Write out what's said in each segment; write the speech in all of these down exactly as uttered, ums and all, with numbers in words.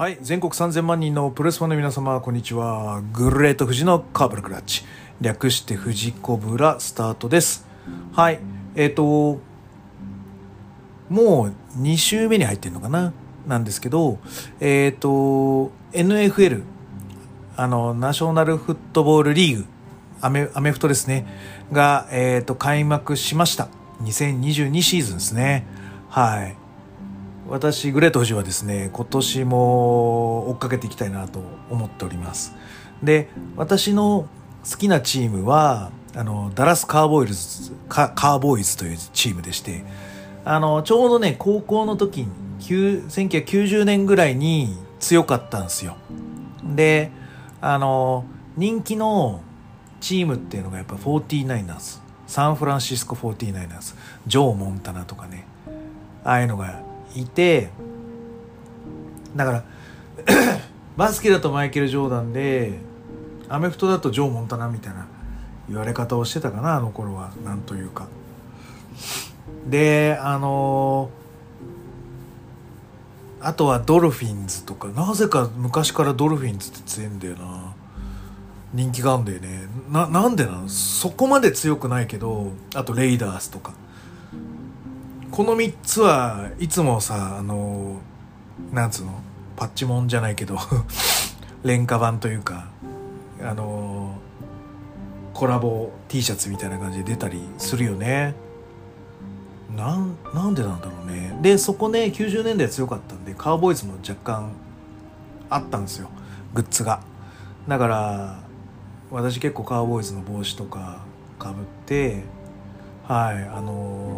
はい、全国さんぜんまん人のプロレスファンの皆様、こんにちは。グレート富士のカーブルクラッチ、略して富士コブラスタートです。はい、えっともうに週目に入ってるのかななんですけど、えっと エヌエフエル、 あのナショナルフットボールリーグ、アメアメフトですねが、えっと開幕しました。にせんにじゅうにシーズンですね。はい、私グレート富士はですね、今年も追っかけていきたいなと思っております。で、私の好きなチームはあのダラスカーボーイズカカーボーイズというチームでして、あのちょうどね高校の時にせんきゅうひゃくきゅうじゅうねんぐらいに強かったんですよ。で、あの人気のチームっていうのがやっぱフォーティーナイナーズ、サンフランシスコフォーティーナイナーズ、ジョー・モンタナとかね、ああいうのがいて、だからバスケだとマイケル・ジョーダンで、アメフトだとジョー・モンタナみたいな言われ方をしてたかな、あの頃は。なんというかで、あのー、あとはドルフィンズとか、なぜか昔からドルフィンズって強いんだよな、人気があるんだよね。な、なんでなの、そこまで強くないけど。あとレイダースとか、このみっつはいつもさ、あのなんつうの、パッチモンじゃないけど廉価版というか、あのコラボ T シャツみたいな感じで出たりするよね。なん、なんでなんだろうね。で、そこね、きゅうじゅうねんだい強かったんで、カーボーイズも若干あったんですよ、グッズが。だから私結構カーボーイズの帽子とかかぶって、はい、あの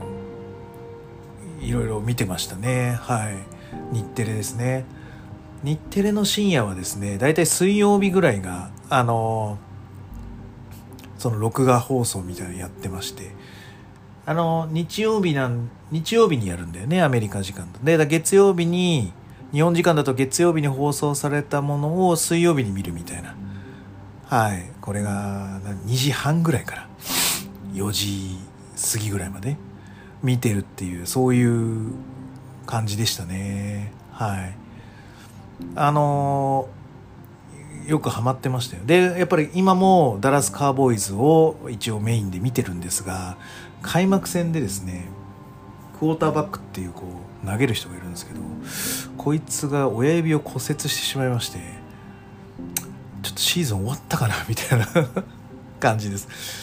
ー、いろいろ見てましたね。はい、日テレですね。日テレの深夜はですね、だいたい水曜日ぐらいがあのー、その録画放送みたいなのやってまして、あの日曜日なん日曜日にやるんだよね、アメリカ時間で。だ月曜日に、日本時間だと月曜日に放送されたものを水曜日に見るみたいな。はい、これがにじはんぐらいからよじ過ぎぐらいまで見てるっていう、そういう感じでしたね。はい、あのー、よくハマってましたよ。で、やっぱり今もダラスカーボーイズを一応メインで見てるんですが、開幕戦でですね、クォーターバックっていうこう投げる人がいるんですけど、こいつが親指を骨折してしまいまして、ちょっとシーズン終わったかなみたいな感じです。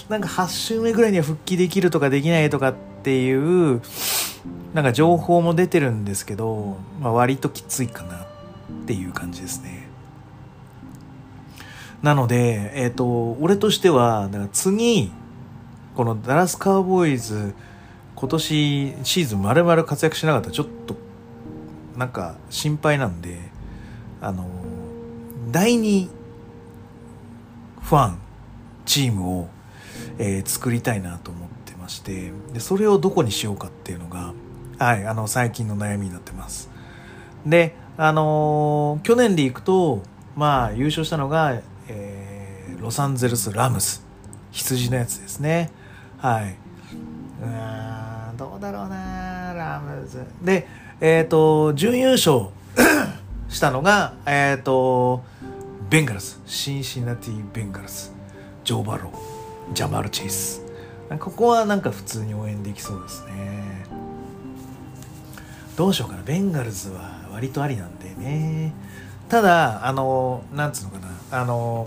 なんかはち週目ぐらいには復帰できるとかできないとかっていうなんか情報も出てるんですけど、まあ、割ときついかなっていう感じですね。なので、えっと俺としてはだから次このダラスカーボーイズ、今年シーズン丸々活躍しなかったらちょっとなんか心配なんで、あのだいにファンチームを、えー、作りたいなと思ってまして、でそれをどこにしようかっていうのが、はい、あの最近の悩みになってます。で、あのー、去年でいくと、まあ優勝したのが、えー、ロサンゼルスラムス、羊のやつですね。はい、うーん、どうだろうな、ラムズで、えっ、ー、と準優勝したのが、えっ、ー、とベンガルス、シンシナティベンガルス、ジョー・バロー、ジャマル・チェイス、ここはなんか普通に応援できそうですね。どうしようかな、ベンガルズは割とありなんでね。ただあのなんつうのかな、あの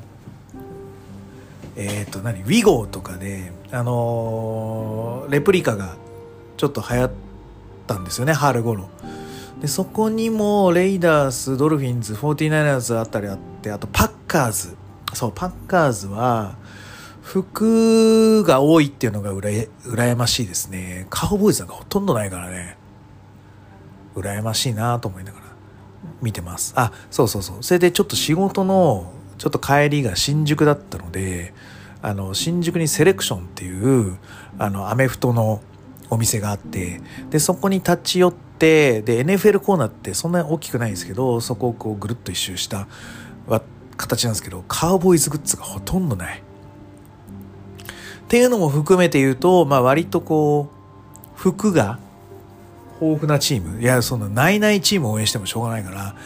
えっ、ー、と何ウィゴーとかで、あのー、レプリカがちょっと流行ったんですよね、春頃で。そこにもレイダース、ドルフィンズ、フォーティーナイナーズあったりあって、あとパッカーズ、そうパッカーズは服が多いっていうのがうらや羨ましいですね。カウボーイズなんかほとんどないからね、羨ましいなと思いながら見てます。あ、そうそうそう、それでちょっと仕事のちょっと帰りが新宿だったので、あの新宿にセレクションっていうあのアメフトのお店があって、でそこに立ち寄って、で エヌエフエル コーナーってそんなに大きくないんですけど、そこをこうぐるっと一周した形なんですけど、カウボーイズグッズがほとんどないっていうのも含めて言うと、まあ割とこう服が豊富なチーム、いやそのないないチームを応援してもしょうがないから、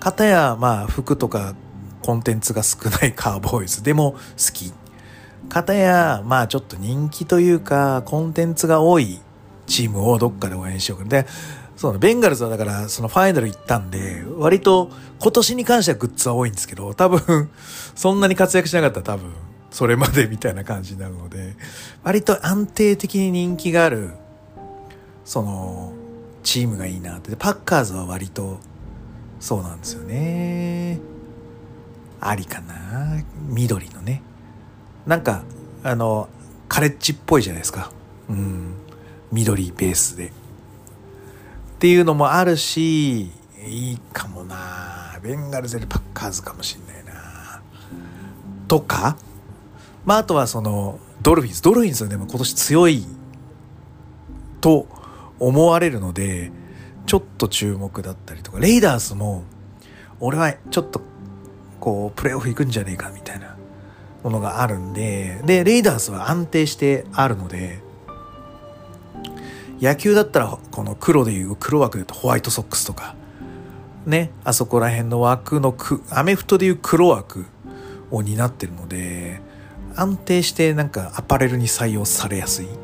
片やまあ服とかコンテンツが少ないカーボーイズでも好き。片やまあちょっと人気というかコンテンツが多いチームをどっかで応援しようか。で、そうベンガルズはだからそのファイナル行ったんで、割と今年に関してはグッズは多いんですけど、多分そんなに活躍しなかったら多分それまでみたいな感じになるので、割と安定的に人気があるそのチームがいいなって。パッカーズは割とそうなんですよね。ありかな、緑のね、なんかあのカレッジっぽいじゃないですか。うん、緑ベースでっていうのもあるし、いいかもな。ベンガルズよりパッカーズかもしんないなとか、まああとはそのドルフィンズドルフィンズはでも今年強いと思われるのでちょっと注目だったりとか、レイダースも俺はちょっとこうプレーオフ行くんじゃねえかみたいなものがあるんで、でレイダースは安定してあるので、野球だったらこの黒でいう黒枠でいうとホワイトソックスとかね、あそこら辺の枠のくアメフトでいう黒枠を担ってるので、安定してなんかアパレルに採用されやすい、うん、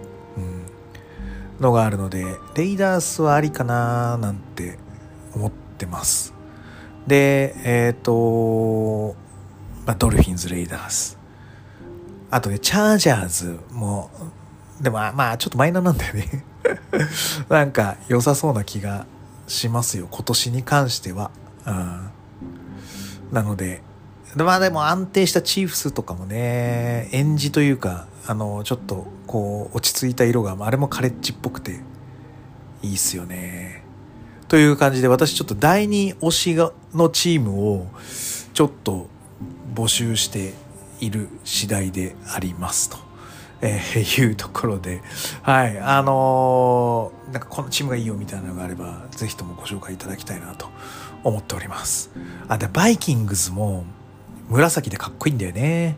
のがあるので、レイダースはありかななんて思ってます。でえっ、ー、と、まあ、ドルフィンズレイダース、あとねチャージャーズもでもまあちょっとマイナーなんだよねなんか良さそうな気がしますよ今年に関しては、うん、なのでまあでも安定したチーフスとかもね、エンジというかあのちょっとこう落ち着いた色があれもカレッジっぽくていいっすよねという感じで、私ちょっとだいに推しがのチームをちょっと募集している次第でありますと、えー、いうところで、はいあのー、なんかこのチームがいいよみたいなのがあればぜひともご紹介いただきたいなと思っております。あ、でバイキングズも紫でかっこいいんだよね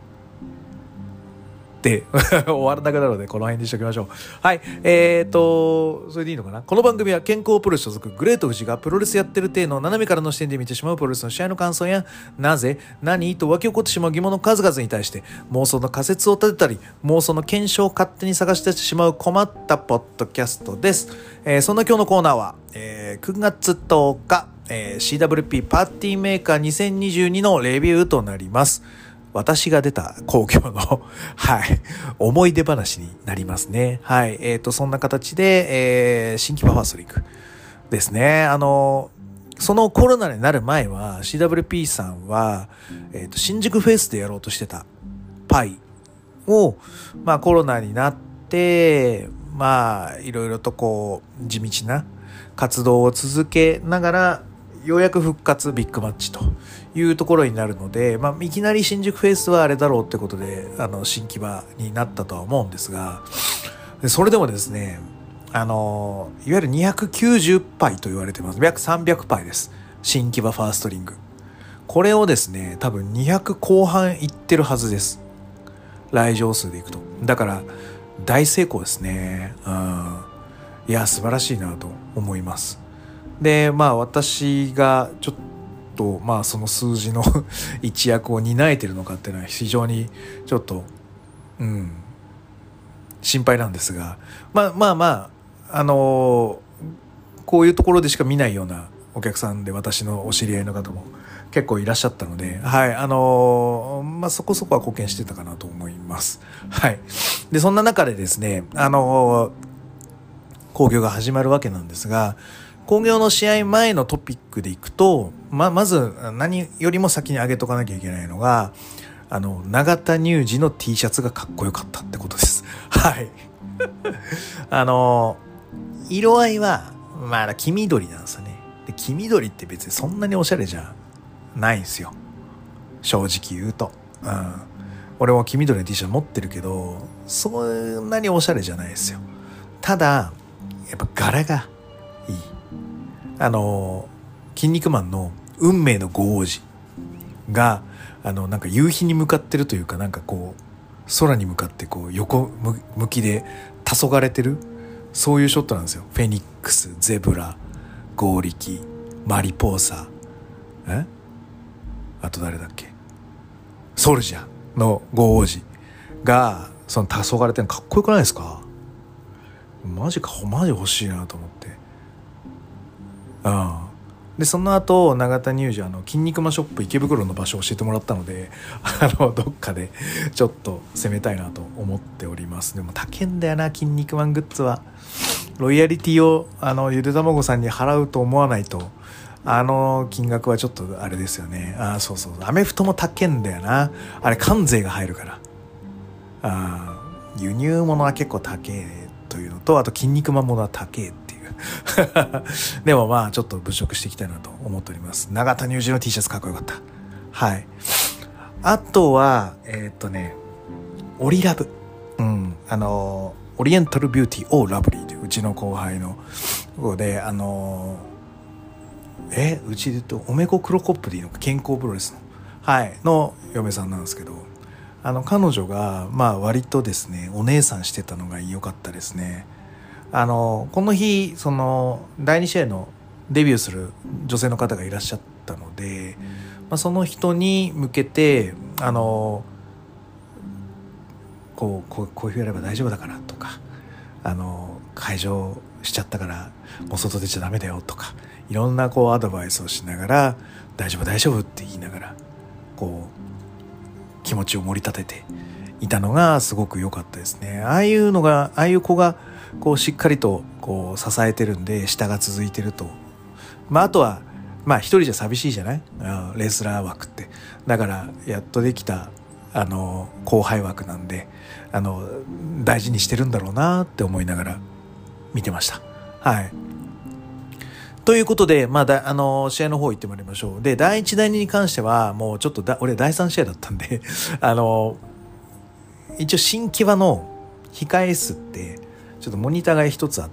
で終わらなくなるのでこの辺にしておきましょう。はい、えーとそれでいいのかな。この番組は健康プロレス所属グレート富士がプロレスやってる体の斜めからの視点で見てしまうプロレスの試合の感想や、なぜ何と湧き起こってしまう疑問の数々に対して妄想の仮説を立てたり妄想の検証を勝手に探し出してしまう困ったポッドキャストです。えー、そんな今日のコーナーは、えー、くがつとおか、えー、シーダブリューピー パーティーメーカーにせんにじゅうにのレビューとなります。私が出た公共のはい思い出話になりますね。はいえーとそんな形で、えー、新規パファーストリングですね。あのそのコロナになる前は シーダブリューピー さんは、えーと新宿フェイスでやろうとしてたパイをまあコロナになってまあいろいろとこう地道な活動を続けながらようやく復活ビッグマッチというところになるので、まあ、いきなり新宿フェイスはあれだろうってことであの新木場になったとは思うんですが、それでもですねあのいわゆるにひゃくきゅうじゅうパイと言われてます。約さんびゃくパイです。新木場ファーストリング、これをですね多分にひゃくこう半いってるはずです。来場数でいくと。だから大成功ですね。うん、いや素晴らしいなと思います。でまあ私がちょっとまあその数字の一役を担えてるのかっていうのは非常にちょっとうん心配なんですが、まあまあまああのー、こういうところでしか見ないようなお客さんで私のお知り合いの方も結構いらっしゃったので、はいあのー、まあそこそこは貢献してたかなと思います。はい。でそんな中でですねあのー、興行が始まるわけなんですが、興行の試合前のトピックでいくと、ままず何よりも先に挙げとかなきゃいけないのがあの永田乳児の T シャツがかっこよかったってことです。はいあの色合いはまあ黄緑なんですよね。で黄緑って別にそんなにおしゃれじゃないんですよ正直言うと、うん、俺も黄緑の T シャツ持ってるけどそんなにおしゃれじゃないですよ。ただやっぱ柄がいい。あの筋肉マンの運命のご王子があのなんか夕日に向かってるというか、なんかこう空に向かってこう横向きで黄昏れてる、そういうショットなんですよ。フェニックス、ゼブラ、ゴーリキ、マリポーサ、うえあと誰だっけ、ソルジャーのゴー王子がその黄昏れてるのかっこよくないですか。マジか、マジ欲しいなと思って。うんでその後永田乳児あの筋肉マショップ池袋の場所を教えてもらったので、あのどっかでちょっと攻めたいなと思っております。でも高いんだよな筋肉マングッズは。ロイヤリティをあのゆで卵さんに払うと思わないとあの金額はちょっとあれですよね。あそうそうアメフトも高いんだよな。あれ関税が入るから。あ輸入物は結構高いというのと、あと筋肉マンものは高いっていうでもまあちょっと物色していきたいなと思っております。永田乳児の T シャツかっこよかった。はい。あとはえー、っとねオリラブ、うんあのオリエンタルビューティーオーラブリーといううちの後輩の子で、あのえうちで言うとオメゴクロコップでいいのか、健康プロレスのはいの嫁さんなんですけど、あの彼女がまあ割とですねお姉さんしてたのが良かったですね。あのこの日そのだいに試合のデビューする女性の方がいらっしゃったので、まあ、その人に向けてあのこうこうこういうふうにやれば大丈夫だからとか、あの会場しちゃったからもう外出ちゃダメだよとか、いろんなこうアドバイスをしながら大丈夫大丈夫って言いながらこう気持ちを盛り立てていたのがすごく良かったですね。ああいうのがああいう子がこうしっかりとこう支えてるんで下が続いてると、まああとはまあ一人じゃ寂しいじゃない、レスラー枠って。だからやっとできたあの後輩枠なんで、あの大事にしてるんだろうなって思いながら見てました。はい。ということで、まあ、だあの試合の方行ってまいりましょう。でだいいちだいにに関してはもうちょっとだ俺だいさん試合だったんであの一応新木場の控え室ってちょっとモニターが一つあって、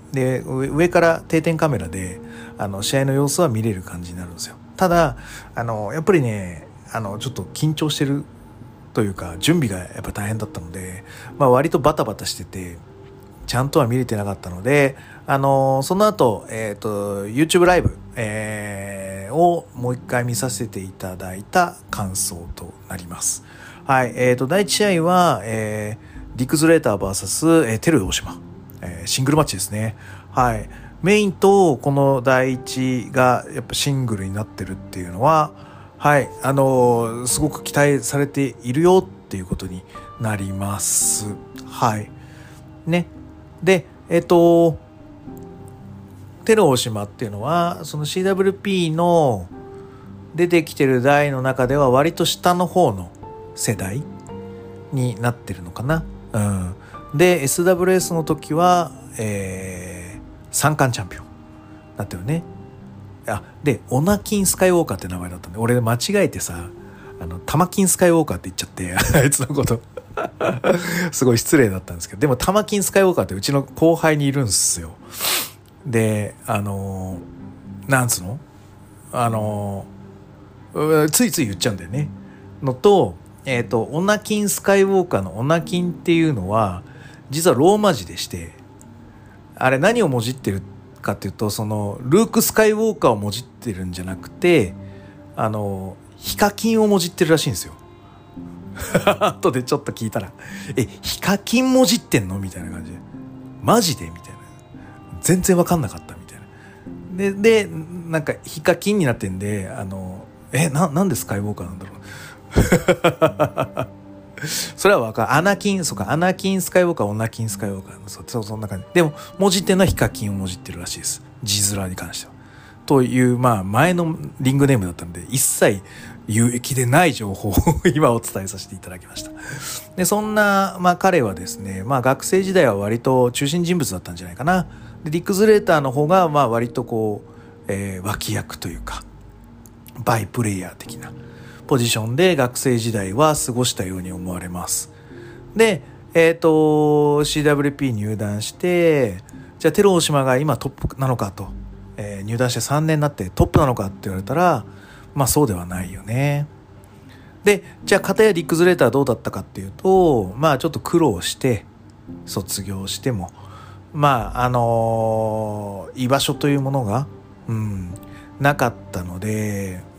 で上から定点カメラであの試合の様子は見れる感じになるんですよ。ただあのやっぱりねあのちょっと緊張してるというか準備がやっぱ大変だったので、まあ、割とバタバタしててちゃんとは見れてなかったので、あのその後、えーと YouTube ライブ、えー、をもう一回見させていただいた感想となります。はい、えーとだいいち試合は、えーディック・ズレーター ブイエス、えー、テル大島、えー、シングルマッチですね。はい。メインとこのだいいちがやっぱシングルになってるっていうのは、はい、あのー、すごく期待されているよっていうことになります。はい。ね。で、えっと、テル大島っていうのは、その シーダブリューピー の出てきてる代の中では割と下の方の世代になってるのかな。うん、で エスダブリューエス の時は、えー、三冠チャンピオンだったよね。あでオナキンスカイウォーカーって名前だったんで、俺間違えてさあのタマキンスカイウォーカーって言っちゃってあいつのことすごい失礼だったんですけど、でもタマキンスカイウォーカーってうちの後輩にいるんすよ。であのー、なんつうのあのー、ついつい言っちゃうんだよねのと、えっと、オナキンスカイウォーカーのオナキンっていうのは実はローマ字でして、あれ何をもじってるかっていうと、そのルークスカイウォーカーをもじってるんじゃなくて、あのヒカキンをもじってるらしいんですよ後でちょっと聞いたらえヒカキンもじってんのみたいな感じで、マジでみたいな、全然分かんなかったみたいなででなんかヒカキンになってんで、あのえななんでスカイウォーカーなんだろうそれはわかる。アナキン、そうか、アナキンスカイウォーカー、オナキンスカイウォーカー、そうそうそんな感じ。でも文字っていうのはヒカキンを文字ってるらしいです。字面に関しては。というまあ前のリングネームだったんで一切有益でない情報を今お伝えさせていただきました。でそんなまあ彼はですね、まあ学生時代は割と中心人物だったんじゃないかな。でディック・ズレーターの方がまあ割とこう、えー、脇役というかバイプレイヤー的なポジションで学生時代は過ごしたように思われます。で、えっと シーダブリューピー 入団して、じゃあテル大島が今トップなのかと、えー、入団してさんねんになってトップなのかって言われたら、まあそうではないよね。で、じゃあ片やディック・ズレーターはどうだったかっていうと、まあちょっと苦労して卒業しても、まああのー、居場所というものが、うん、なかったので、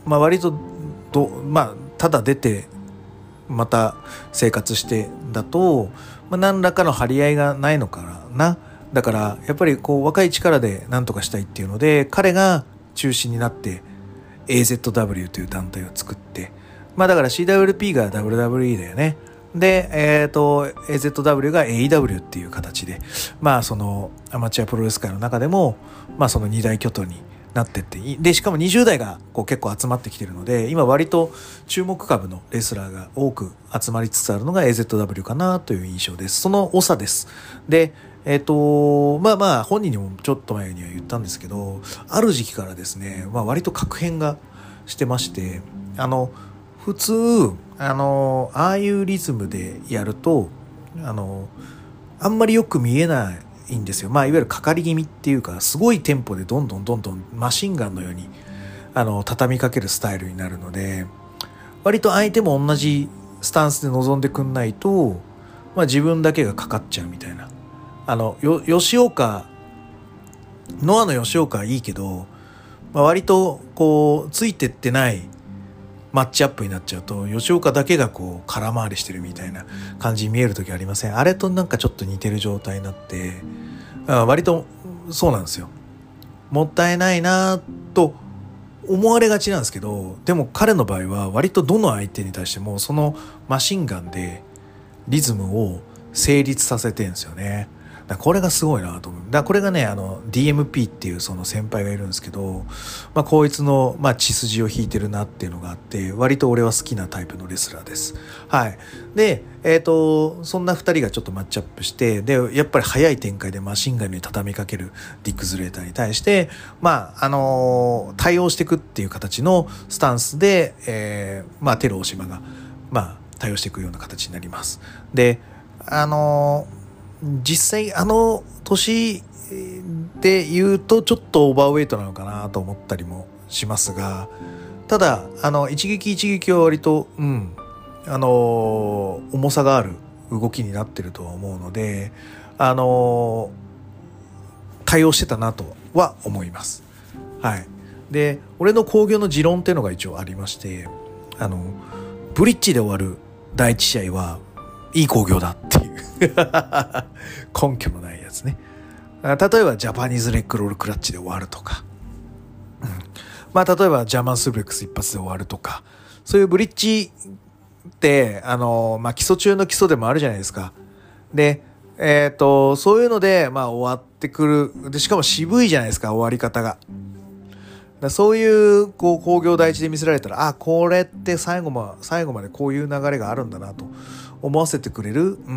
まあ割とど、まあ、ただ出てまた生活してだと、まあ、何らかの張り合いがないのかな。だからやっぱりこう若い力で何とかしたいっていうので、彼が中心になって エーゼットダブリュー という団体を作って、まあだから シーダブリューピー が ダブリューダブリューイー だよね。で、えっと エーゼットダブリュー が エーイーダブリュー っていう形で、まあそのアマチュアプロレス界の中でもまあその二大巨頭になってって、でしかもにじゅう代がこう結構集まってきてるので、今割と注目株のレスラーが多く集まりつつあるのが エーゼットダブリュー かなという印象です。その長です。で、えっとまあまあ本人にもちょっと前には言ったんですけど、ある時期からですね、まあ割と確変がしてまして、あの普通あのああいうリズムでやるとあのあんまりよく見えないいいんですよ。まあいわゆるかかり気味っていうか、すごいテンポでどんどんどんどんマシンガンのようにあの畳みかけるスタイルになるので、割と相手も同じスタンスで臨んでくんないと、まあ、自分だけがかかっちゃうみたいな。あのよ吉岡ノアの吉岡はいいけど、まあ、割とこうついてってないマッチアップになっちゃうと、吉岡だけがこう空回りしてるみたいな感じに見える時ありません？あれとなんかちょっと似てる状態になって、割とそうなんですよ。もったいないなと思われがちなんですけど、でも彼の場合は割とどの相手に対してもそのマシンガンでリズムを成立させてるんですよね。だからこれがすごいなと思う。だからこれがね、あの ディーエムピー っていうその先輩がいるんですけど、まあこいつのまあ血筋を引いてるなっていうのがあって、割と俺は好きなタイプのレスラーです。はい。で、えっとそんな二人がちょっとマッチアップして、でやっぱり早い展開でマシンガンに畳みかけるディック・ズレーターに対して、まああの対応していくっていう形のスタンスで、えー、まあテル大島がまあ対応していくような形になります。で、あのー実際あの年で言うとちょっとオーバーウェイトなのかなと思ったりもしますが、ただあの一撃一撃は割とうんあの重さがある動きになってるとは思うので、あの対応してたなとは思います。はい。で、俺の興行の持論っていうのが一応ありまして、あのブリッジで終わるだいいち試合はいい興行だっていう根拠のないやつね。例えばジャパニーズレッグロールクラッチで終わるとか、うん、まあ例えばジャーマンスープレックス一発で終わるとか、そういうブリッジってあの、まあ、基礎中の基礎でもあるじゃないですか。で、えっとそういうのでまあ終わってくる。でしかも渋いじゃないですか、終わり方が。だそういうこう興行第一で見せられたら、あ、これって最後ま最後までこういう流れがあるんだなと思わせてくれる、うん、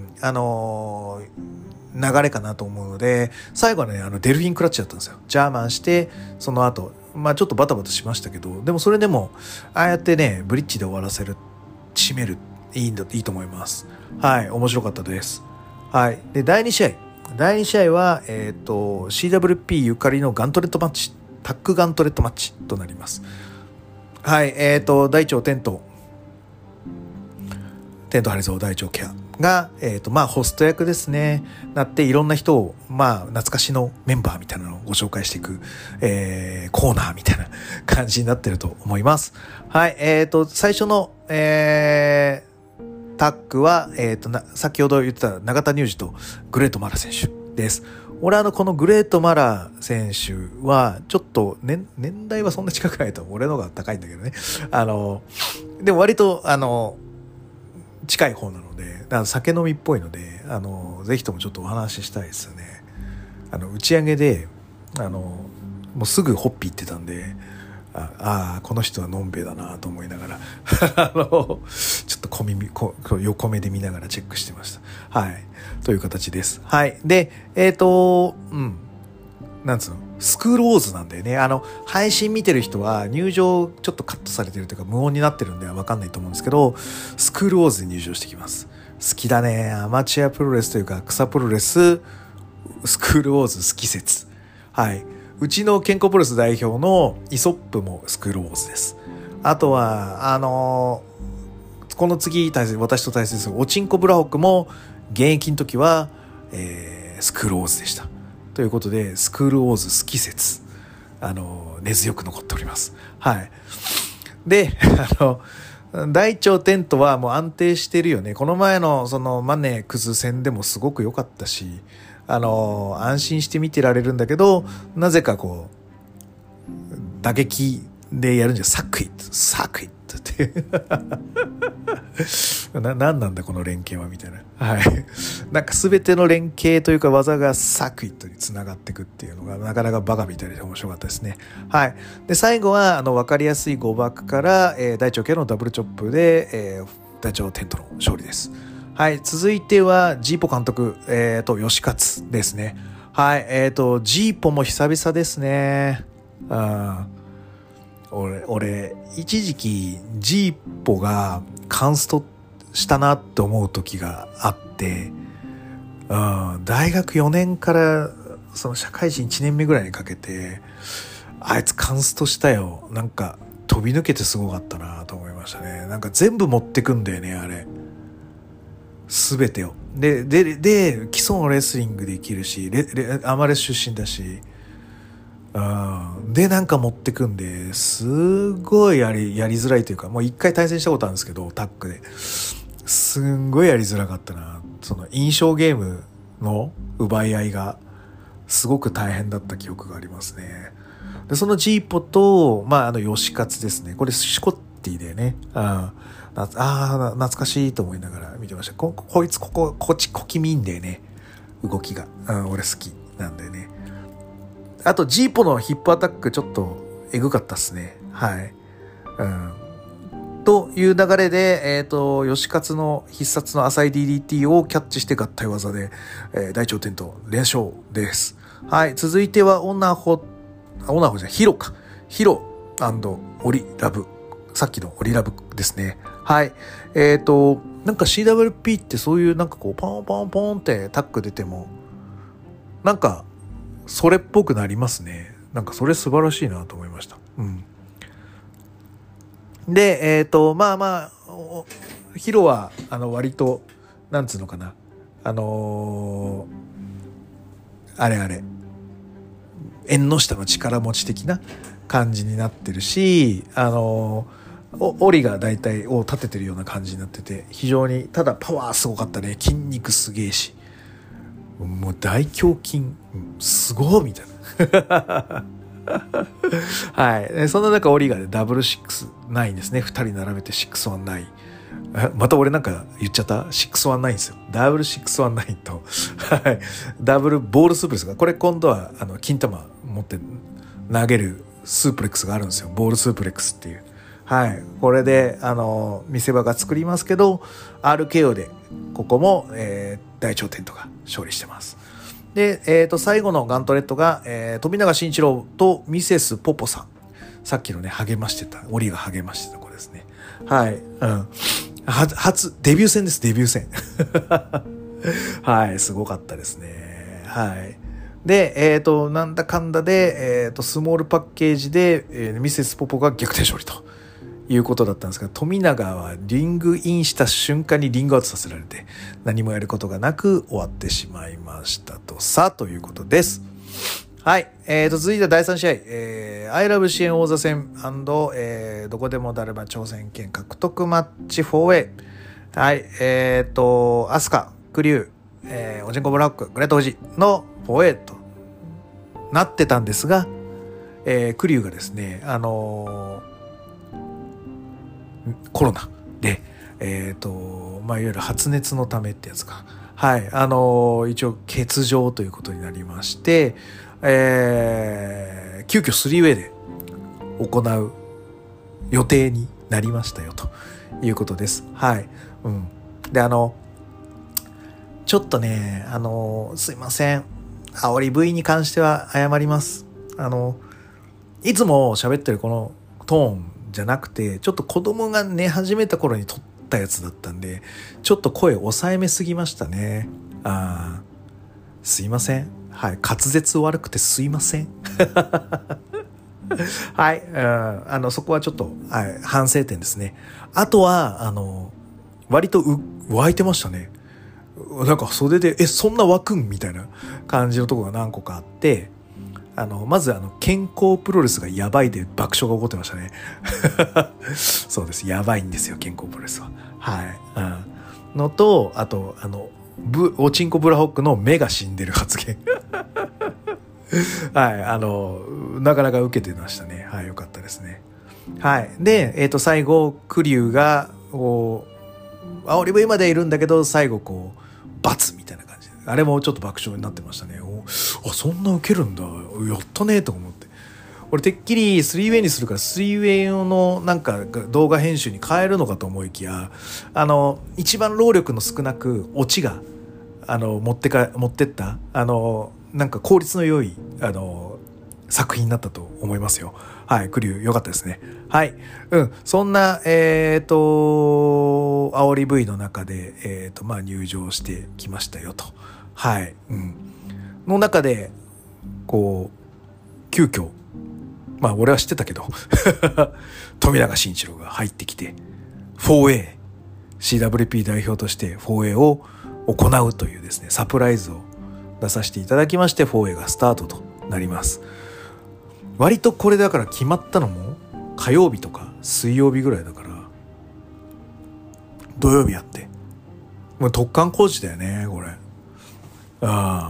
あのー、流れかなと思うので、最後はね、あのデルフィンクラッチだったんですよ。ジャーマンして、その後、まあちょっとバタバタしましたけど、でもそれでもああやってね、ブリッジで終わらせる、締める、いいんだ、いいと思います。はい、面白かったです。はい、でだいに試合、だいに試合はえっと シーダブリューピー ゆかりのガントレットマッチ。タックガントレットマッチとなります。はい、えっと大腸テントテントハリゾー大腸ケアが、えっとまあホスト役ですね、なっていろんな人をまあ懐かしのメンバーみたいなのをご紹介していく、えー、コーナーみたいな感じになってると思います。はい、えっと最初の、えー、タックはえっとな先ほど言ってた永田乳児とグレートマラ選手です。俺あのこのグレートマラ選手はちょっと 年, 年代はそんな近くないと思う。俺の方が高いんだけどね。あのでも割とあの近い方なので、だから酒飲みっぽいので、あのぜひともちょっとお話ししたいですよね。あの打ち上げであのもうすぐホッピー行ってたんで、ああこの人はのんべえだなと思いながらあのちょっと小耳こ横目で見ながらチェックしてました。はい、という形です。はい。でえっ、ー、とうんなんつうのスクールウォーズなんだよね。あの配信見てる人は入場ちょっとカットされてるというか無音になってるんでは分かんないと思うんですけど、スクールウォーズで入場してきます。好きだね。アマチュアプロレスというか草プロレススクールウォーズ好き説。はい。うちの健康プロレス代表のイソップもスクールウォーズです。あとはあのー、この次対戦私と対戦するおちんこブラホックも現役の時は、えー、スクールウォーズでした。ということでスクールウォーズ好き説あの根強く残っております。はい。で、あの大腸テントはもう安定してるよね。この前のそのマネークズ戦でもすごく良かったし、あの安心して見てられるんだけど、なぜかこう打撃でやるんじゃサクイットサクイットってな、なんなんだこの連携はみたいな。はい。なんか全ての連携というか技がサクイットにつながっていくっていうのがなかなかバカみたいで面白かったですね。はい。で、最後はあの分かりやすい誤爆から、えー、大腸系のダブルチョップで、えー、大腸テントの勝利です。はい。続いてはジーポ監督、えー、と吉勝ですね。はい。えっ、ー、とジーポも久々ですね。あ俺俺一時期ジーポがカンストしたなって思う時があって、うん、大学よねんからその社会人いちねんめぐらいにかけてあいつカンストしたよ。なんか飛び抜けてすごかったなと思いましたね。なんか全部持ってくんだよね、あれ全てを。ででで基礎のレスリングできるし、レレアマレス出身だし、うん、でなんか持ってくんですごいやりやりづらいというか、もう一回対戦したことあるんですけどタッグですんごいやりづらかったな。その印象ゲームの奪い合いがすごく大変だった記憶がありますね。でそのジーポと、まあ、あの吉勝ですね。これシコッティでね、ああ懐かしいと思いながら見てました。 こ, こいつこここっち小気味いいんだよね、動きが、うん、俺好きなんだよね。あとジーポのヒップアタックちょっとエグかったっすね。はい、うん、という流れで、えっ、ー、と吉勝の必殺の浅い ディーディーティー をキャッチして合体技で、えー、大腸テント連勝です。はい。続いてはオナホオナホじゃヒロかヒロ&オリラブ、さっきのオリラブですね。はい。えっ、ー、となんか シーダブリューピー ってそういうなんかこうポンポンポンってタック出てもなんかそれっぽくなりますね。なんかそれ素晴らしいなと思いました。うん。で、えっ、ー、とまあまあヒロはあの割となんつうのかな、あのー、あれあれ縁の下の力持ち的な感じになってるし、あのー、オリが大体を立ててるような感じになってて、非常にただパワーすごかったね。筋肉すげえし。もう大胸筋すごいみたいなはい。そんな中オリガでダブルシックスナインですね。二人並べてシックスワンナイン。また俺なんか言っちゃった。シックスワンナインですよ。ダブルシックスワンナインとはいダブルボールスープレックスが、これ今度はあの金玉持って投げるスープレックスがあるんですよ。ボールスープレックスっていう。はい。これであの見せ場が作りますけど アールケーオー でここも、えー、大腸テントが勝利してます。で、えー、と最後のガントレットが、えー、富永慎一郎とミセスポポさん。さっきのね励ましてたオリが励ましてた子ですね。はい、うん、初デビュー戦です。デビュー戦はいすごかったですね。はいでえっ、ー、となんだかんだで、えー、とスモールパッケージで、えー、ミセスポポが逆転勝利ということだったんですが、富永はリングインした瞬間にリングアウトさせられて何もやることがなく終わってしまいましたとさということです。はい、えー、と続いてはだいさん試合、えー、アイラブ支援王座戦&、えー、どこでも誰も挑戦権獲得マッチ フォーエー。 はい、えーとアスカ、クリュー、えー、オジェンコブラック、グレートオジの フォーエー となってたんですが、えー、クリューがですねあのーコロナで、えっ、ー、と、まあ、いわゆる発熱のためってやつか。はい。あのー、一応欠場ということになりまして、えー、急遽スリーウェイで行う予定になりましたよということです。はい。うん。で、あの、ちょっとね、あの、すいません。煽り V に関しては謝ります。あの、いつも喋ってるこのトーンじゃなくて、ちょっと子供が寝始めた頃に撮ったやつだったんで、ちょっと声抑えめすぎましたね。あー、すいません。はい、滑舌悪くてすいません。はい、うん、あのそこはちょっと、はい、反省点ですね。あとはあの割とう湧いてましたね。なんか袖でえそんな湧くんみたいな感じのところが何個かあって、 あのまずあの健康プロレスがやばいで爆笑が起こってましたねそうです、やばいんですよ健康プロレスは。はい、うん、のと、あとあのブおちんこブラホックの目が死んでる発言はい、あのなかなか受けてましたね。はい、よかったですね。はい、で、えー、と最後栗生がこう煽り V までいるんだけど最後こう罰みたいな感じで、あれもちょっと爆笑になってましたね。おあ、そんな受けるんだ、やったねと思って。俺てっきりスリーウェイにするからスリーウェイ用のなんか動画編集に変えるのかと思いきや、あの一番労力の少なくオチがあの持ってか持ってったあのなんか効率の良いあの作品になったと思いますよ。はい、クリュー良かったですね。はい、うん、そんなえっ、ー、と煽り V の中でえっ、ー、とまあ入場してきましたよと。はい、うん、の中でこう急遽、まあ俺は知ってたけど富永慎一郎が入ってきて フォーエーシーダブリューピー 代表として フォーエー を行うというですねサプライズを出させていただきまして フォーエー がスタートとなります。割とこれだから決まったのも火曜日とか水曜日ぐらいだから土曜日やってもう突貫工事だよねこれ。ああ、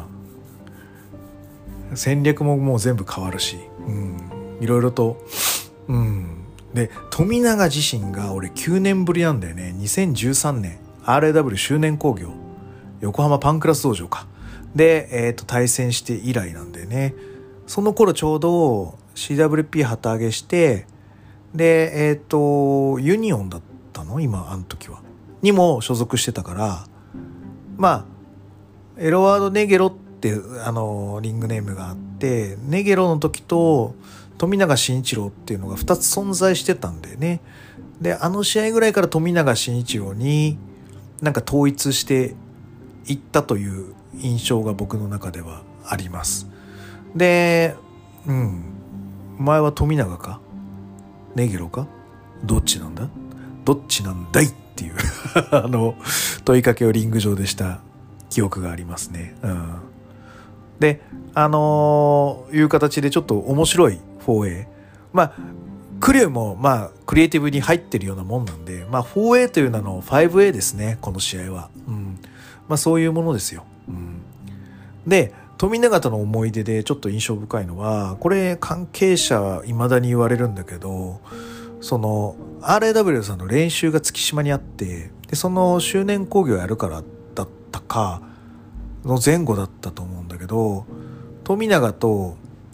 戦略ももう全部変わるし、うん、いろいろと、うん、で富永自身が俺きゅうねんぶりなんだよね。にせんじゅうさんねん アールエーダブリュー 周年興行横浜パンクラス道場かで、えー、と対戦して以来なんだよね。その頃ちょうど シーダブリューピー 旗揚げしてでえっ、ー、とユニオンだったの今あの時はにも所属してたから、まあエロワードネゲロってあのリングネームがあってネゲロの時と富永慎一郎っていうのがふたつ存在してたんだよね。であの試合ぐらいから富永慎一郎になんか統一していったという印象が僕の中ではあります。で、うん、お前は富永かネゲロかどっちなんだどっちなんだいっていうあの問いかけをリング上でした記憶がありますね。うん、であのー、いう形でちょっと面白い フォーエー、 まあクリューもまあクリエイティブに入ってるようなもんなんで、まあ フォーエー という名の ファイブエー ですねこの試合は。うん、まあそういうものですよ。うん、で富永との思い出でちょっと印象深いのはこれ関係者はいまだに言われるんだけど、その アールエーダブリュー さんの練習が月島にあってでその周年興行やるからだったかの前後だったと思うんだけど富永と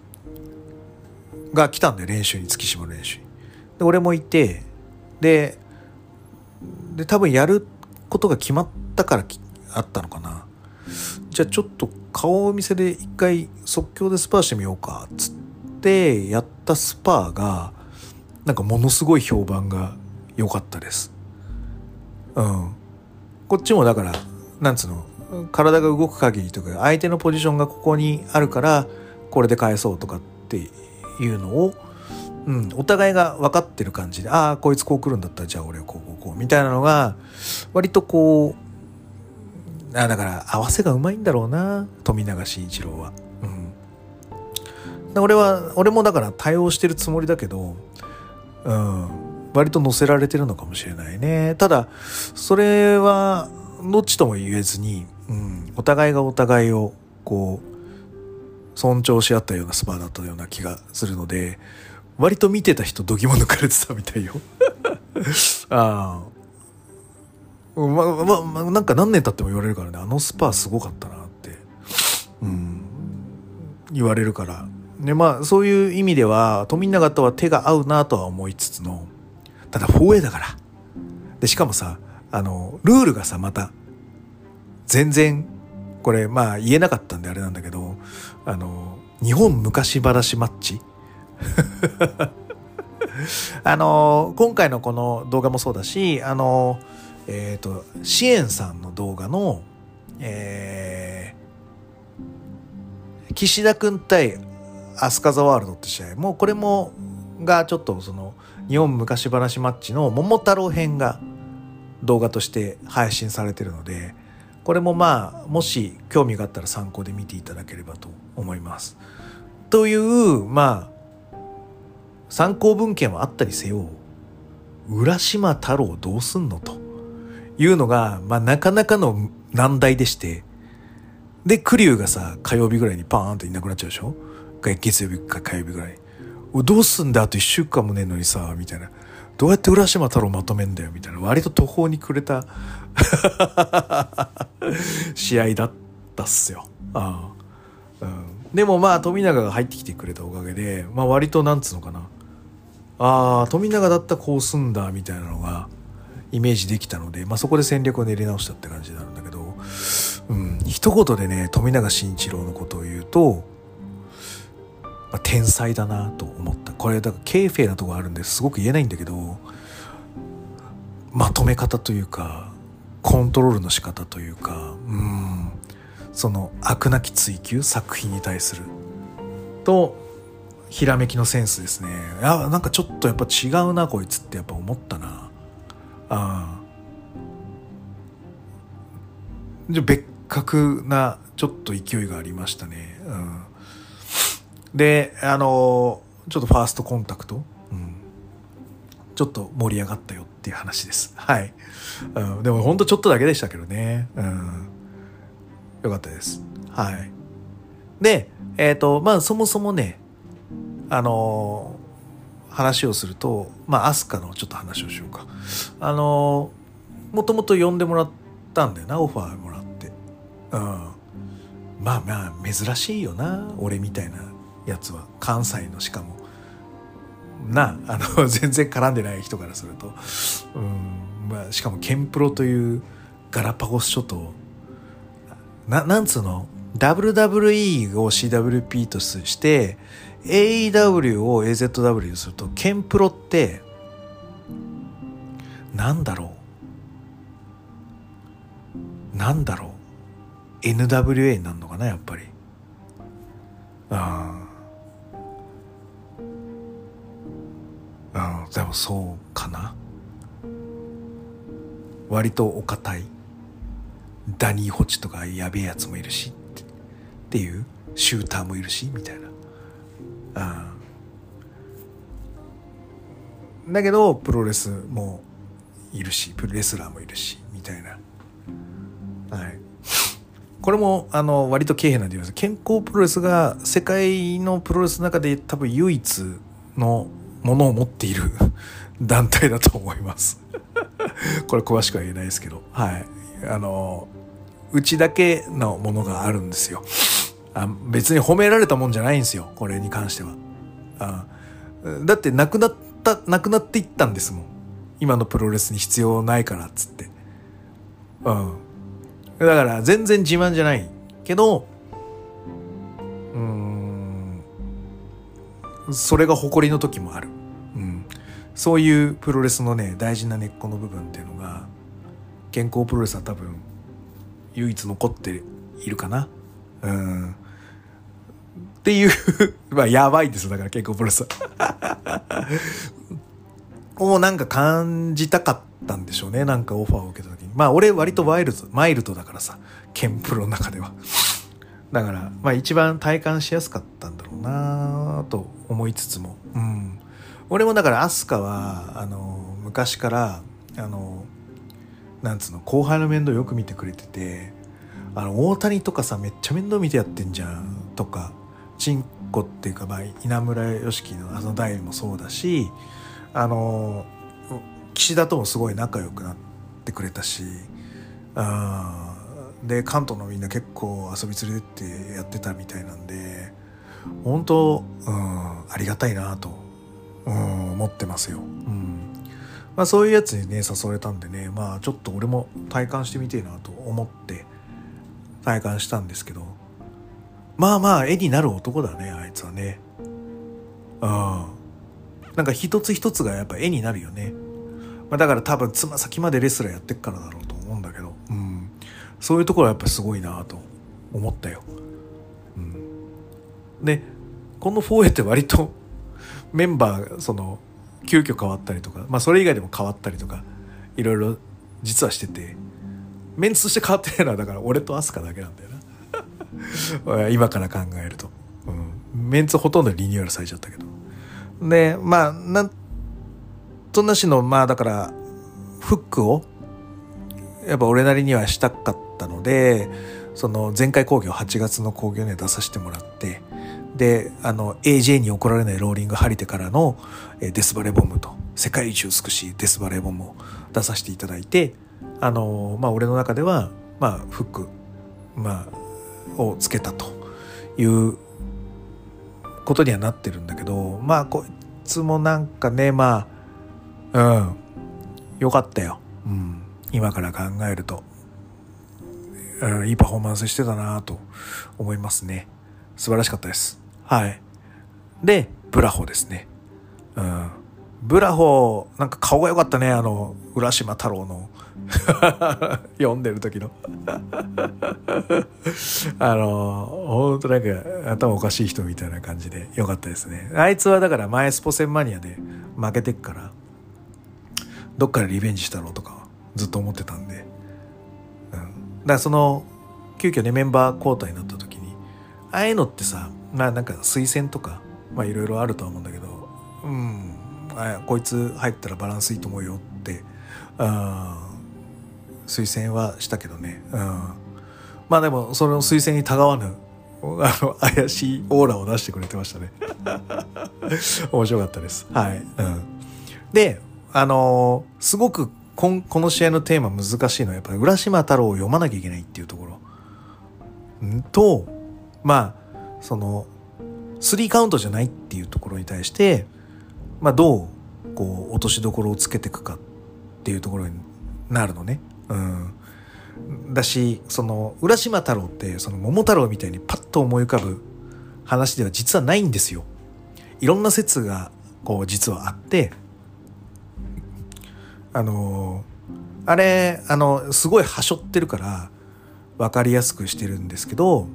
が来たんで練習に月島の練習にで俺もいてでで多分やることが決まったからあったのかな。じゃあちょっと顔見せで一回即興でスパーしてみようかっつってやったスパーがなんかものすごい評判が良かったです。うん。こっちもだからなんつうの体が動く限りとか相手のポジションがここにあるからこれで返そうとかっていうのを、うん、お互いが分かってる感じでああこいつこう来るんだったらじゃあ俺こうこうこうみたいなのが割とこうあだから合わせがうまいんだろうな富永慎一郎は。うん、俺は俺もだから対応してるつもりだけど、うん、割と乗せられてるのかもしれないね。ただそれはどっちとも言えずに、うん、お互いがお互いをこう尊重し合ったようなスパーだったような気がするので割と見てた人どぎも抜かれてたみたいよああまままなんか何年経っても言われるからねあのスパーすごかったなって、うん、言われるからでまあそういう意味では富永とは手が合うなとは思いつつのただ フォーエー だからでしかもさあのルールがさまた全然これまあ言えなかったんであれなんだけどあの日本昔話マッチあの今回のこの動画もそうだしあのえっと支援さんの動画の、えー、岸田くん対飛鳥ザワールドって試合もこれもがちょっとその日本昔話マッチの桃太郎編が動画として配信されてるのでこれもまあもし興味があったら参考で見ていただければと思います。 というまあ参考文献はあったりせよ、浦島太郎どうすんのというのが、まあ、なかなかの難題でして、で栗生がさ火曜日ぐらいにパーンといなくなっちゃうでしょ。月曜日か火曜日ぐらい、どうすんだあといっしゅうかんもねえのにさみたいな、どうやって浦島太郎まとめんだよみたいな、割と途方に暮れた試合だったっすよ。ああ、うん、でもまあ富永が入ってきてくれたおかげで、まあ、割となんつうのかな、ああ富永だったらこうすんだみたいなのがイメージできたので、まあ、そこで戦略を練り直したって感じになるんだけど、うん、一言でね富永慎一郎のことを言うと、まあ、天才だなと思った。これだからケーフェなとこあるんですごく言えないんだけど、まとめ方というかコントロールの仕方というか、うん、その飽くなき追求、作品に対するとひらめきのセンスですね。あ、なんかちょっとやっぱ違うなこいつってやっぱ思ったな。あじゃ別格なちょっと勢いがありましたね。うん、であのちょっとファーストコンタクト、うん、ちょっと盛り上がったよっていう話です。はい、うん、でもほんとちょっとだけでしたけどね、うん、よかったです。はい。でえっとまあそもそもねあの話をすると、まあアスカのちょっと話をしようか。あのもともと呼んでもらったんだよな、オファーもらって、うん、まあまあ珍しいよな俺みたいなやつは、関西のしかもなあの全然絡んでない人からすると、うん、まあ、しかもケンプロというガラパゴス諸島な、なんつうの ダブリューダブリューイー を シーダブリューピー として エーイーダブリュー を エーゼットダブリュー にすると、ケンプロってなんだろうなんだろう エヌダブリューエー になるのかなやっぱり。ああ、でもそうかな。割とお堅いダニー・ホチとかやべえやつもいるしっていうシューターもいるしみたいな。あだけどプロレスもいるしプロレスラーもいるしみたいな。はい、これもあの割と軽減なんで言います。健康プロレスが世界のプロレスの中で多分唯一のものを持っている団体だと思いますこれ詳しくは言えないですけど、はい、あのうちだけのものがあるんですよ。あ、別に褒められたもんじゃないんですよこれに関しては。あ、だってなくなったなくなっていったんですもん、今のプロレスに必要ないからっつって。うん、だから全然自慢じゃないけど、うーんそれが誇りの時もある、うん、そういうプロレスのね大事な根っこの部分っていうのが健康プロレスは多分唯一残っているかな、うん、っていうまあやばいです。だから健康プロレスをなんか感じたかったんでしょうね。なんかオファーを受けた時に、まあ俺割とワイルドマイルドだからさ、ケンプロの中ではだからまあ一番体感しやすかったんだろうなと思いつつも、うん、俺もだからアスカはあの昔からあのなんつうの後輩の面倒よく見てくれてて、あの大谷とかさめっちゃ面倒見てやってんじゃんとか、チンコっていうか、まあ、稲村良樹のあの代もそうだし、あの岸田ともすごい仲良くなってくれたし、あで関東のみんな結構遊び連れてってやってたみたいなんで、本当、うん、ありがたいなと、うん、思ってますよ。うん、まあ、そういうやつにね誘われたんでね、まあちょっと俺も体感してみてえなと思って体感したんですけど、まあまあ絵になる男だねあいつはね。うん、なんか一つ一つがやっぱ絵になるよね。まあ、だから多分つま先までレスラーやってっからだろうと思うんだけど、うん、そういうところはやっぱすごいなと思ったよ。うん、でこの フォーエー って割とメンバーがその急遽変わったりとか、まあそれ以外でも変わったりとかいろいろ実はしてて、メンツとして変わってないのはだから俺とアスカだけなんだよな今から考えると、うん、 メンツほとんどリニューアルされちゃったけど。で、まあ、なんとなしの、まあだから、フックを、やっぱ俺なりにはしたかったので、その前回興行はちがつの興行には出させてもらって、で、あの、エージェー に怒られないローリングハリテからのデスバレーボムと、世界一美しいデスバレーボムを出させていただいて、あの、まあ俺の中では、まあフック、まあ、をつけたということにはなってるんだけど、まあこいつもなんかね、まあ、うん、よかったよ。うん、今から考えると、うん、いいパフォーマンスしてたなと思いますね。素晴らしかったです。はい。で、ブラホですね。うん。ブラホ、なんか顔が良かったね。あの、浦島太郎の読んでる時のあの、ほんとなんか頭おかしい人みたいな感じで良かったですね。あいつはだから前スポセンマニアで負けてっから、どっからリベンジしたろうとかずっと思ってたんで。うん。だからその、急遽ね、メンバー交代になった時に、ああいうのってさ、まあなんか推薦とか、まあいろいろあるとは思うんだけど、うん、あこいつ入ったらバランスいいと思うよって、うん、推薦はしたけどね、うん、まあでもその推薦にたがわぬあの怪しいオーラを出してくれてましたね面白かったです。はい、うん、で、あのー、すごくこんこの試合のテーマ難しいのはやっぱり浦島太郎を読まなきゃいけないっていうところんと、まあそのスリーカウントじゃないっていうところに対して、まあどうこう落としどころをつけていくかっていうところになるのね。うん。だし、その浦島太郎ってその桃太郎みたいにパッと思い浮かぶ話では実はないんですよ。いろんな説がこう実はあって、あのあれあのすごいはしょってるから分かりやすくしてるんですけど、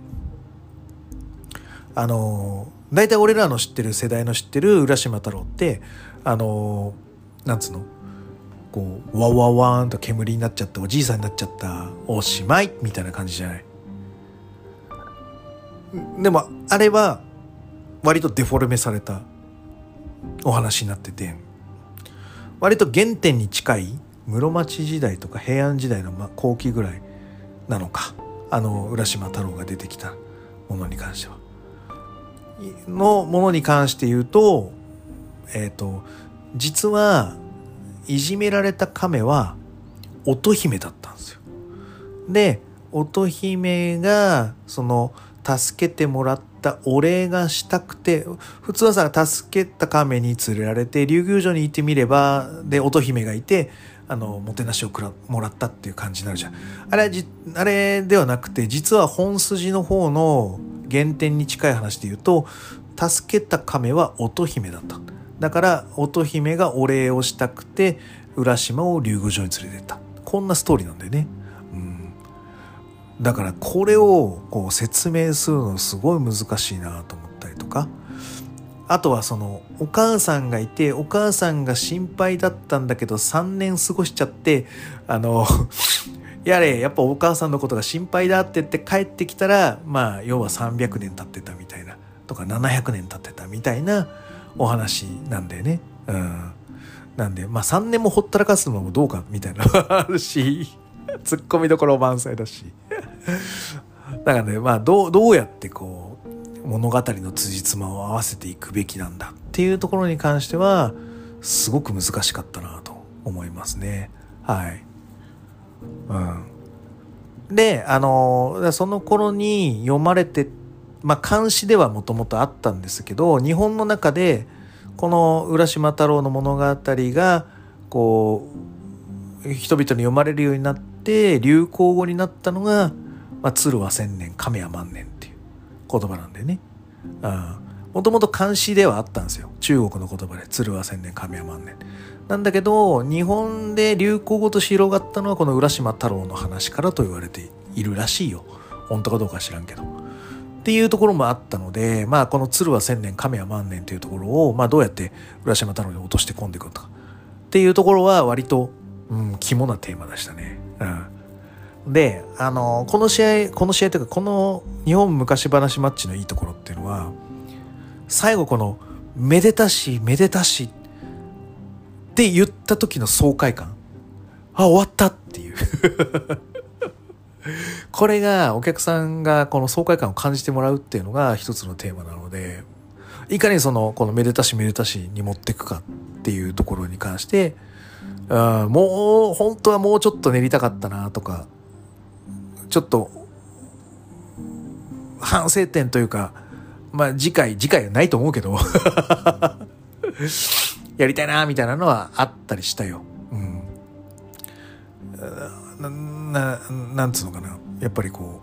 あの大体俺らの知ってる世代の知ってる浦島太郎ってあのなんつうのこうワワワーンと煙になっちゃったおじいさんになっちゃったおしまいみたいな感じじゃない。でもあれは割とデフォルメされたお話になってて、割と原点に近い室町時代とか平安時代の後期ぐらいなのか、あの浦島太郎が出てきたものに関してはのものに関して言うと、えっと実はいじめられた亀は乙姫だったんですよ。で、乙姫がその助けてもらったお礼がしたくて、普通はさ、助けた亀に連れられて竜宮城に行ってみれば、で乙姫がいて、あのもてなしをくらもらったっていう感じになるじゃん。あれじあれではなくて、実は本筋の方の原点に近い話で言うと、助けた亀は乙姫だった。だから乙姫がお礼をしたくて浦島を竜宮城に連れてった。こんなストーリーなんだよね。うん、だからこれをこう説明するのすごい難しいなと思ったりとか、あとはそのお母さんがいて、お母さんが心配だったんだけどさんねん過ごしちゃって、あのやれやっぱお母さんのことが心配だって言って帰ってきたら、まあ要はさんびゃくねん経ってたみたいなとかななひゃくねん経ってたみたいなお話なんだよね。うん。なんで、まあさんねんもほったらかすのもどうかみたいなのがあるし、突っ込みどころ満載だし。だからね、まあどう、どうやってこう、物語の辻褄を合わせていくべきなんだっていうところに関しては、すごく難しかったなと思いますね。はい。うん。で、あの、その頃に読まれてまあ、漢詩ではもともとあったんですけど、日本の中でこの浦島太郎の物語がこう人々に読まれるようになって流行語になったのが、まあ、鶴は千年亀は万年っていう言葉なんだよね。もともと漢詩ではあったんですよ。中国の言葉で鶴は千年亀は万年なんだけど、日本で流行語として広がったのはこの浦島太郎の話からと言われているらしいよ。本当かどうか知らんけどっていうところもあったので、まあこの鶴は千年亀は万年というところを、まあどうやって浦島太郎に落として込んでいくのかっていうところは割と、うん、肝なテーマでしたね。うん、で、あのこの試合この試合というかこの日本昔話マッチのいいところっていうのは、 最後このめでたしめでたしって言った時の爽快感、あ終わったっていうこれがお客さんがこの爽快感を感じてもらうっていうのが一つのテーマなので、いかにそのこのめでたしめでたしに持っていくかっていうところに関して、あもう本当はもうちょっと練りたかったなとか、ちょっと反省点というか、まあ次回次回はないと思うけどやりたいなみたいなのはあったりしたよ。うんな, な, なんつうのかな、やっぱりこ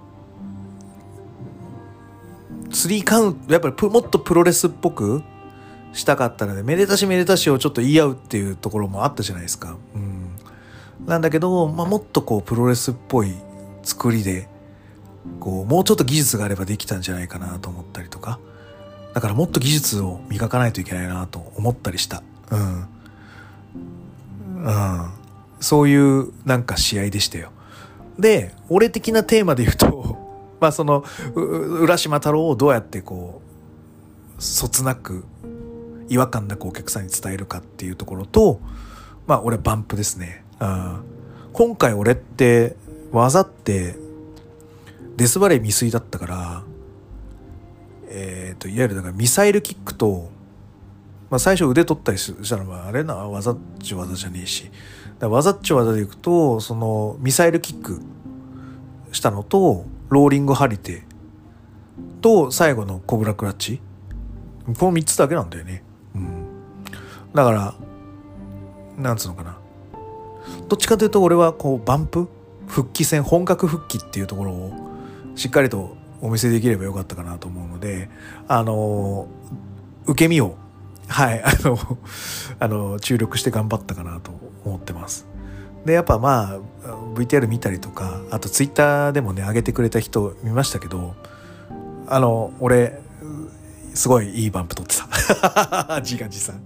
うスリーカウントやっぱりもっとプロレスっぽくしたかったので、めでたしめでたしをちょっと言い合うっていうところもあったじゃないですか。うん、なんだけど、まあ、もっとこうプロレスっぽい作りでこうもうちょっと技術があればできたんじゃないかなと思ったりとか、だからもっと技術を磨かないといけないなと思ったりした。うん、うん、そういうなんか試合でしたよ。で、俺的なテーマで言うとまあその浦島太郎をどうやってこうそつなく違和感なくお客さんに伝えるかっていうところと、まあ俺バンプですね。うん、今回俺って技ってデスバレー未遂だったから、えっといわゆるだからミサイルキックと、まあ最初腕取ったりしたのはあれな技っちゅ技じゃねえし、だ技っちゅ技でいくとそのミサイルキックしたのとローリング張り手と最後のコブラクラッチ、このみっつだけなんだよね。うん、だからなんつうのかな、どっちかというと俺はこうバンプ復帰戦本格復帰っていうところをしっかりとお見せできればよかったかなと思うので、あの受け身をはいあのあの注力して頑張ったかなと思ってます。でやっぱまあ ブイティーアール 見たりとか、あとツイッターでもね上げてくれた人見ましたけど、あの俺すごいいいバンプ取ってた自画自賛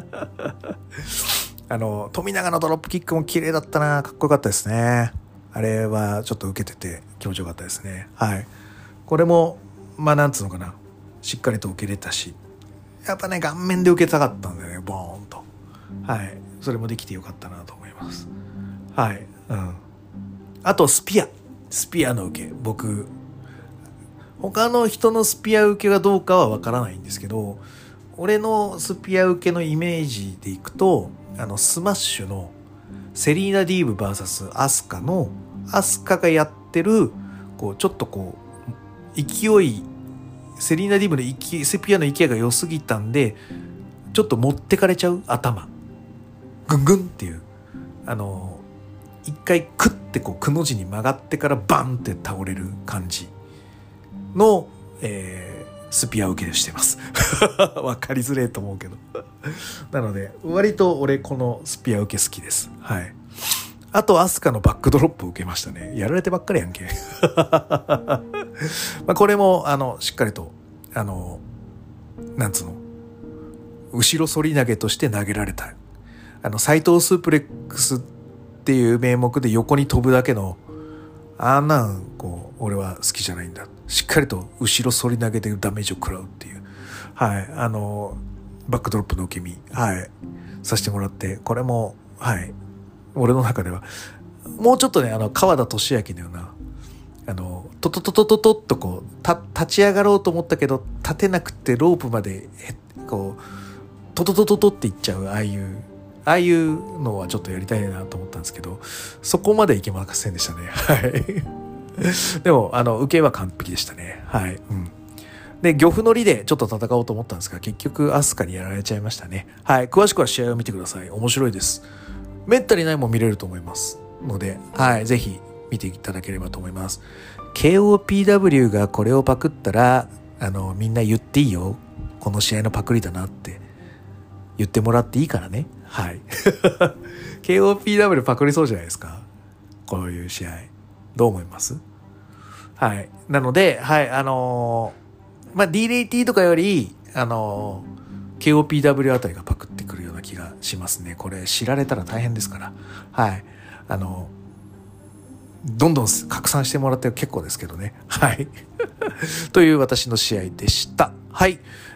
あの富永のドロップキックも綺麗だったな、かっこよかったですね。あれはちょっと受けてて気持ちよかったですね。はい、これもまあなんつうのかな、しっかりと受けれたし、やっぱね顔面で受けたかったんだよね、ボーンと。はい、それもできてよかったなと思います。はい、うん。あとスピアスピアの受け、僕他の人のスピア受けがどうかはわからないんですけど、俺のスピア受けのイメージでいくと、あのスマッシュのセリーナ・ディーブ ブイエス アスカのアスカがやってるこうちょっとこう勢い、セリーナ・ディーブの勢い、スピアの勢いが良すぎたんでちょっと持ってかれちゃう頭グングンっていう、あの一回クッてこうくの字に曲がってからバンって倒れる感じの、えー、スピア受けしてますわかりづれえと思うけどなので割と俺このスピア受け好きです。はい。あとアスカのバックドロップ受けましたね。やられてばっかりやんけまあこれもあのしっかりとあのなんつうの後ろ反り投げとして投げられた、あの斎藤スープレックスっていう名目で横に飛ぶだけのあんなんこう俺は好きじゃないんだ、しっかりと後ろ反り投げでダメージを食らうっていう、はいあのバックドロップの受け身、はいさせてもらって、これもはい俺の中ではもうちょっとね、あの川田俊明のようなあのトトトトトトッとこうた立ち上がろうと思ったけど立てなくてロープまでこうトトトトトっていっちゃう、ああいうああいうのはちょっとやりたいなと思ったんですけど、そこまでいけませんでしたね。はいでもあの受けは完璧でしたね。はい、うん、で漁夫の利でちょっと戦おうと思ったんですが、結局アスカにやられちゃいましたね。はい、詳しくは試合を見てください。面白いです。めったにないもん見れると思いますので、はい、ぜひ見ていただければと思います。 ケーオーピーダブリュー がこれをパクったらあのみんな言っていいよ、この試合のパクリだなって言ってもらっていいからね。はい。ケーオーピーダブリュー パクリそうじゃないですか。こういう試合。どう思います？はい。なので、はい、あのー、まあ、ディーエルエーティー とかより、あのー、ケーオーピーダブリュー あたりがパクってくるような気がしますね。これ知られたら大変ですから。はい。あのー、どんどん拡散してもらって結構ですけどね。はい。という私の試合でした。はい。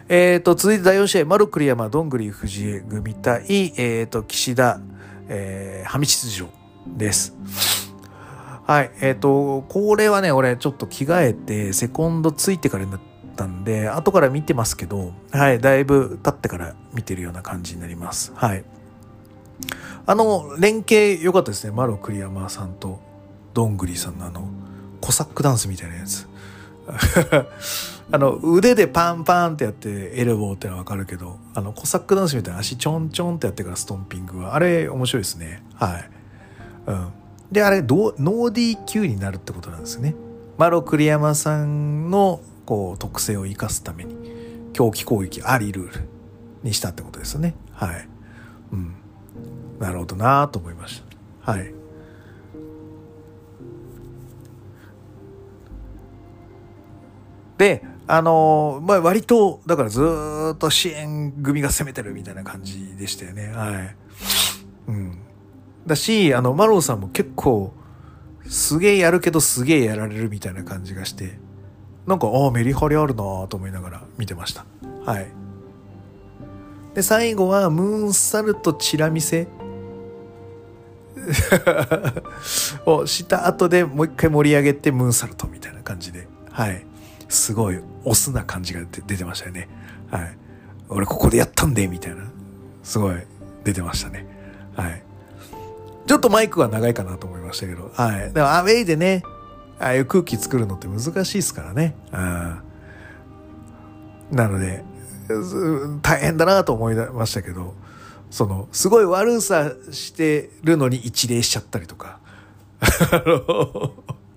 えーと、続いてだいよん試合、丸栗山、どんぐり藤江組対、えーと、岸田、えー、上秩序です。はい、えーと、これはね、俺ちょっと着替えて、セコンドついてからになったんで、後から見てますけど、はい、だいぶ経ってから見てるような感じになります。はい。あの、連携良かったですね。丸栗山さんと、どんぐりさんのあの、コサックダンスみたいなやつ。あの腕でパンパンってやってエルボーってのは分かるけど、あのコサックダンスみたいな足ちょんちょんってやってからストンピングはあれ面白いですね。はい、うん、であれノー ディーキュー になるってことなんですね。マロ栗山さんのこう特性を生かすために狂気攻撃ありルールにしたってことですね。はい、うん、なるほどなと思いました。はい。であのー、まあ割とだからずっと支援組が攻めてるみたいな感じでしたよね。はい。うん。だし、あのマローさんも結構すげえやるけどすげえやられるみたいな感じがして、なんかああメリハリあるなと思いながら見てました。はい。で最後はムーンサルトチラ見せをした後でもう一回盛り上げてムーンサルトみたいな感じで、はい。すごいオスな感じが出てましたよね。はい。俺ここでやったんでみたいな、すごい出てましたね。はい。ちょっとマイクは長いかなと思いましたけど、はい。でもアウェイでね、ああいう空気作るのって難しいですからね。うん。なので大変だなと思いましたけど、そのすごい悪さしてるのに一礼しちゃったりとか。あの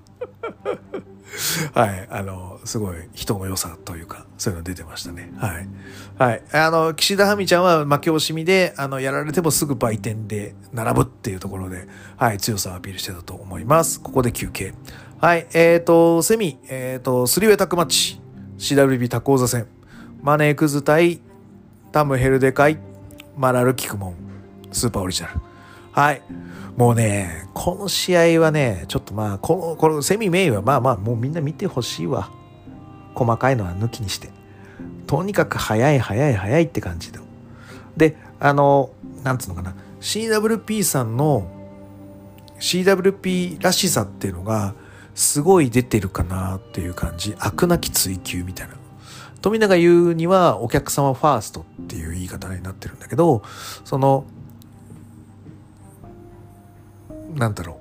はい、あのすごい人の良さというかそういうの出てましたね。はい、はい、あの岸田はみちゃんは負け惜しみであのやられてもすぐ売店で並ぶっていうところで、はい、強さをアピールしてたと思います。ここで休憩。はい、えーとセミ、えーとスリーウェイタッグマッチ シーダブリュービー タコーザ戦、マネークズ対タムヘルデカイマラルキクモンスーパーオリジナル。はい。もうね、この試合はね、ちょっとまあ、この、このセミメインはまあまあ、もうみんな見てほしいわ。細かいのは抜きにして。とにかく早い早い早いって感じで。で、あの、なんつうのかな、シーダブリューピー さんの シーダブリューピー らしさっていうのが、すごい出てるかなっていう感じ。飽くなき追求みたいな。富永言うには、お客様ファーストっていう言い方になってるんだけど、その、なんだろ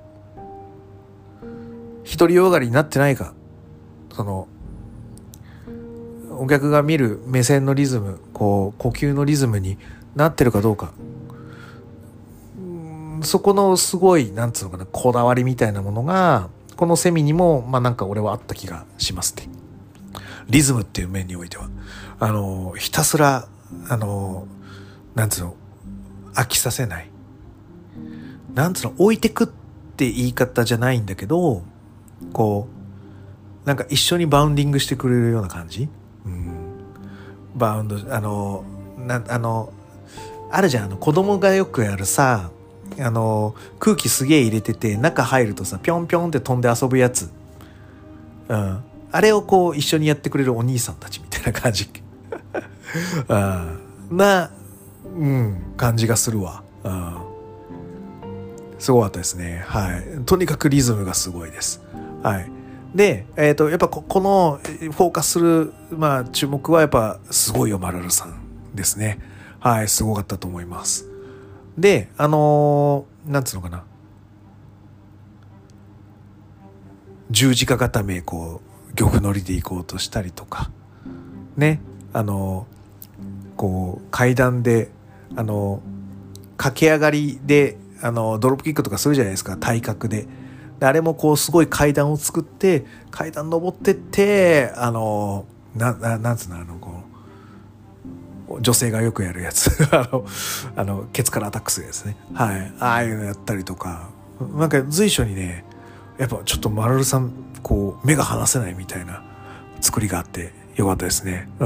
う、独りよがりになってないか、そのお客が見る目線のリズム、こう呼吸のリズムになってるかどうか、うーん、そこのすごいなんつうのかな、こだわりみたいなものがこのセミにもまあなんか俺はあった気がしますね。リズムっていう面においてはあのひたすらあのなんつうの、飽きさせない、なんつうの、置いてくって言い方じゃないんだけど、こうなんか一緒にバウンディングしてくれるような感じ、うん、バウンド、あのなあのあるじゃん、あの子供がよくやるさ、あの空気すげえ入れてて中入るとさピョンピョンって飛んで遊ぶやつ、うん、あれをこう一緒にやってくれるお兄さんたちみたいな感じな、うん、感じがするわ。うん、すごかったですね。はい。とにかくリズムがすごいです。はい。で、えっと、やっぱこ、このフォーカスする、まあ、注目はやっぱ、すごいよ、マラルさんですね。はい。すごかったと思います。で、あのー、なんつうのかな。十字架固め、こう、玉乗りで行こうとしたりとか、ね。あのー、こう、階段で、あのー、駆け上がりで、あのドロップキックとかするじゃないですか、体格で。であれもこうすごい階段を作って階段登ってってあのなななんつうの、あのこう女性がよくやるやつあのあのケツからアタックするやつね。はい、ああいうのやったりとか、なんか随所にね、やっぱちょっとマルルさんこう目が離せないみたいな作りがあってよかったですね。うん。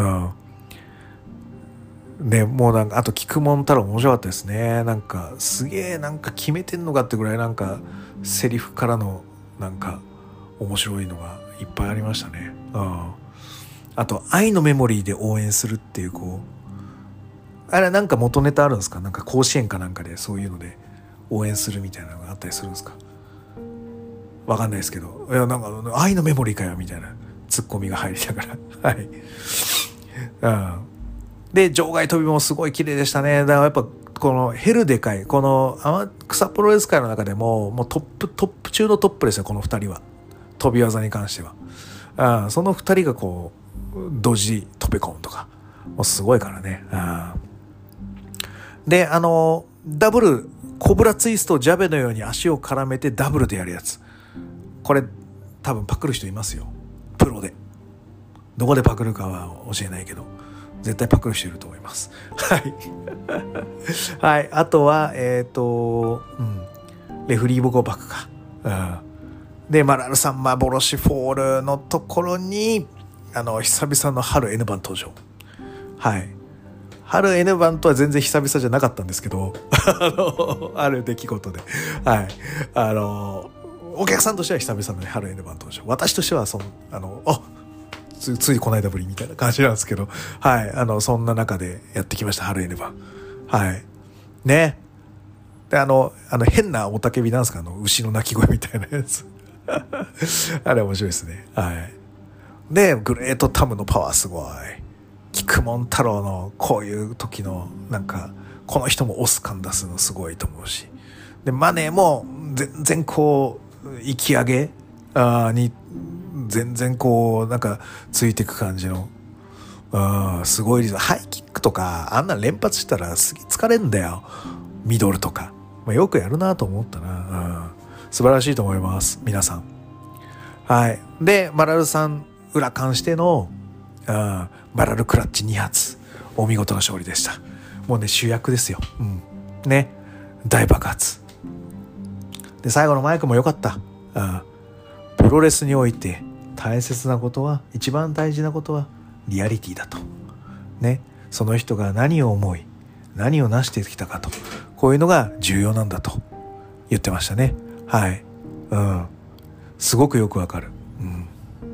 ね、もうなんかあと菊門太郎面白かったですね。なんかすげえなんか決めてんのかってぐらいなんかセリフからのなんか面白いのがいっぱいありましたね。うん、 あと愛のメモリーで応援するっていう、こうあれなんか元ネタあるんですか？なんか甲子園かなんかでそういうので応援するみたいなのがあったりするんですか？わかんないですけど、いやなんか愛のメモリーかよみたいなツッコミが入りながらはい、うん、で場外飛びもすごい綺麗でしたね。だからやっぱこのヘルでかいこの天草プロレス界の中でももうトップトップ中のトップですよ、このふたりは。飛び技に関しては、うん、そのふたりがこうドジ飛び込むとかもうすごいからね。うん、であのダブルコブラツイストをジャベのように足を絡めてダブルでやるやつ、これ多分パクる人いますよ、プロで。どこでパクるかは教えないけど絶対パクる人いると思いますはいはい。あとはえっ、ー、と、うん、レフリーボコバクか、うん、でマラルさん幻フォールのところにあの久々の春 N 番登場。はい、春 N 番とは全然久々じゃなかったんですけどあのある出来事で、はいあのお客さんとしては久々の、ね、春 N 番登場、私としてはそのあのあつ, ついこの間ぶりみたいな感じなんですけど、はいあのそんな中でやってきました春 N 番。はいね。であのあの変な雄たけびなんですか、あの牛の鳴き声みたいなやつあれ面白いですね。はい。でグレートタムのパワーすごい、菊門太郎のこういう時のなんかこの人もオス感出すのすごいと思うし、でマネーも全然こう生き上げあに全然こうなんかついていく感じの、あすごいリズム。ハイキックとかあんな連発したらすげえ疲れんだよ、ミドルとか、まあ、よくやるなと思ったな、うん、素晴らしいと思います皆さん。はい。でマラルさん裏関しての、うん、マラルクラッチに発、お見事な勝利でした。もうね主役ですよ、うん、ね大爆発で最後のマイクも良かった、うん、プロレスにおいて大切なことは、一番大事なことはリアリティだとね、その人が何を思い何を成してきたかと、こういうのが重要なんだと言ってましたね。はい、うん、すごくよくわかる、うん、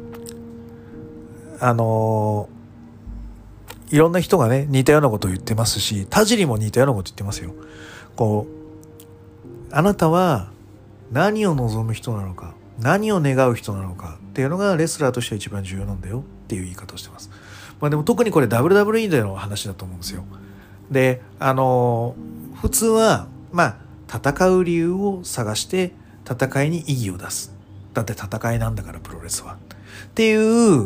あのー、いろんな人がね似たようなことを言ってますし、田尻も似たようなこと言ってますよ。こうあなたは何を望む人なのか、何を願う人なのかっていうのがレスラーとしては一番重要なんだよっていう言い方をしてます。まあでも特にこれ ダブリューダブリューイー での話だと思うんですよ。で、あのー、普通はまあ戦う理由を探して戦いに意義を出す。だって戦いなんだからプロレスは。っていう、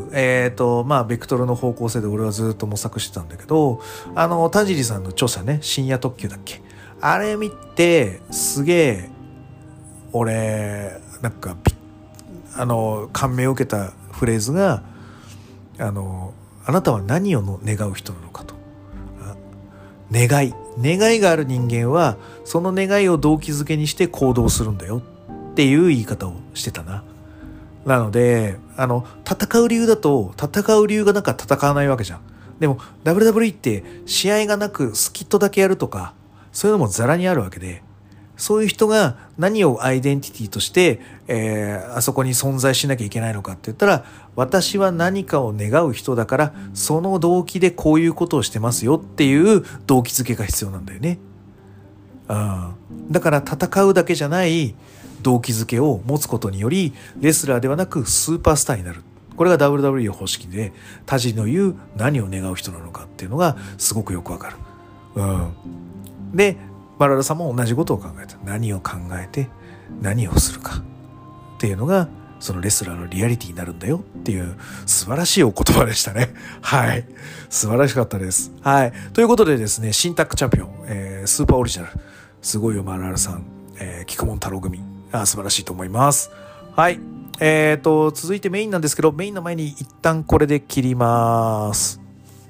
えっと、まあ、ベクトルの方向性で俺はずっと模索してたんだけど、あの、田尻さんの著者ね、深夜特急だっけ？あれ見て、すげえ、俺、なんか、あの、感銘を受けたフレーズが、あの、あなたは何をの願う人なのかと。願い。願いがある人間は、その願いを動機づけにして行動するんだよっていう言い方をしてたな。なので、あの、戦う理由だと、戦う理由がなかったら戦わないわけじゃん。でも、ダブリューダブリューイー って試合がなくスキットだけやるとか、そういうのもザラにあるわけで、そういう人が何をアイデンティティとして、えー、あそこに存在しなきゃいけないのかって言ったら、私は何かを願う人だから、その動機でこういうことをしてますよっていう動機づけが必要なんだよね。うん、だから戦うだけじゃない動機づけを持つことにより、レスラーではなくスーパースターになる。これが ダブリューダブリューイー 方式で、田尻の言う何を願う人なのかっていうのがすごくよくわかる。うん。で、マラルさんも同じことを考えた。何を考えて何をするかっていうのが、そのレスラーのリアリティになるんだよっていう素晴らしいお言葉でしたね。はい。素晴らしかったです。はい。ということでですね、新タッグチャンピオン、えー、スーパーオリジナル、すごいよマラルさん、えー、菊門太郎組、あ、素晴らしいと思います。はい。えーと、続いてメインなんですけど、メインの前に一旦これで切ります。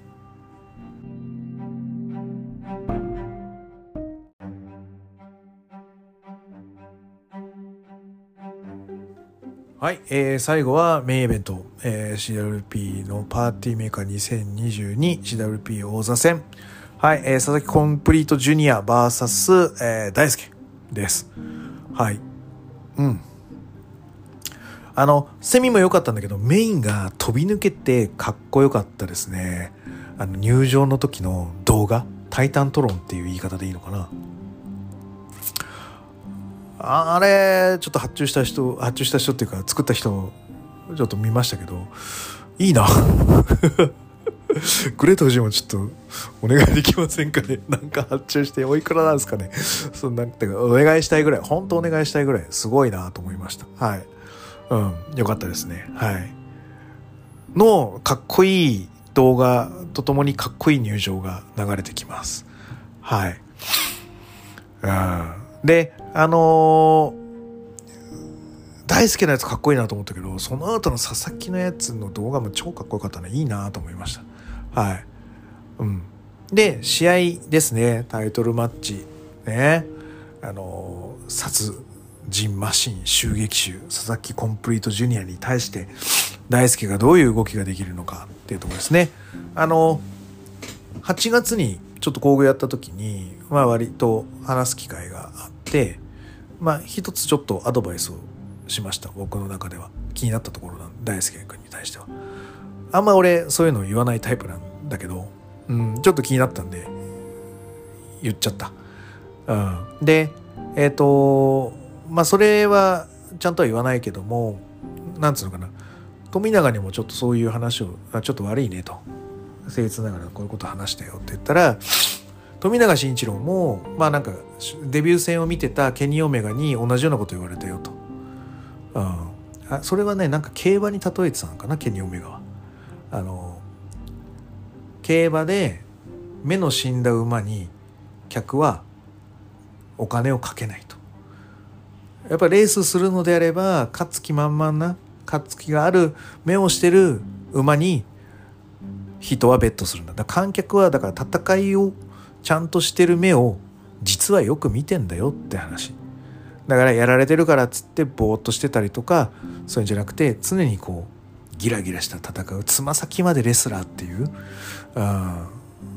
はい、えー、最後はメインイベント、えー、シーダブリューピー のパーティーメーカーにせんにじゅうに シーダブリューピー 王座戦。はい、えー、佐々木コンプリートジュニア ブイエス、えー、大輔です。はい。うん。 あのセミも良かったんだけど、メインが飛び抜けてかっこよかったですね。あの入場の時の動画、タイタントロンっていう言い方でいいのかな。あれちょっと発注した人発注した人っていうか作った人ちょっと見ましたけど、いいなグレート富士もちょっとお願いできませんかね。なんか発注しておいくらなんですかね。そんなんてかお願いしたいぐらい、本当お願いしたいぐらいすごいなと思いました。はい、うん、よかったですね。はいのかっこいい動画とともにかっこいい入場が流れてきます。はい、うん、であのー大輔のやつかっこいいなと思ったけど、その後の佐々木のやつの動画も超かっこよかったね。いいなと思いました。はい、うん、で試合ですね。タイトルマッチね、あのー、殺人マシン襲撃手佐々木コンプリートジュニアに対して大輔がどういう動きができるのかっていうところですね。あのー、はちがつにちょっと工具やった時に、まあ、割と話す機会があって、まあ一つちょっとアドバイスをしました。僕の中では気になったところなん大輔君に対してはあんま俺そういうの言わないタイプなんだけど、うん、ちょっと気になったんで言っちゃった、うん、でえっ、ー、とまあそれはちゃんとは言わないけども、なんつうのかな、富永にもちょっとそういう話をちょっと悪いねと、僭越ながらこういうこと話したよって言ったら、富永慎一郎もまあなんかデビュー戦を見てたケニー・オメガに同じようなこと言われたよと。うん、あそれはねなんか競馬に例えてたのかな、ケニー・オメガは。あの競馬で目の死んだ馬に客はお金をかけないと。やっぱりレースするのであれば勝つ気満々な勝つ気がある目をしてる馬に人はベットするんだ。だから観客はだから戦いをちゃんとしてる目を実はよく見てんだよって話だから、やられてるからっつってぼーっとしてたりとかそういうんじゃなくて、常にこうギラギラした戦うつま先までレスラーっていう、うん、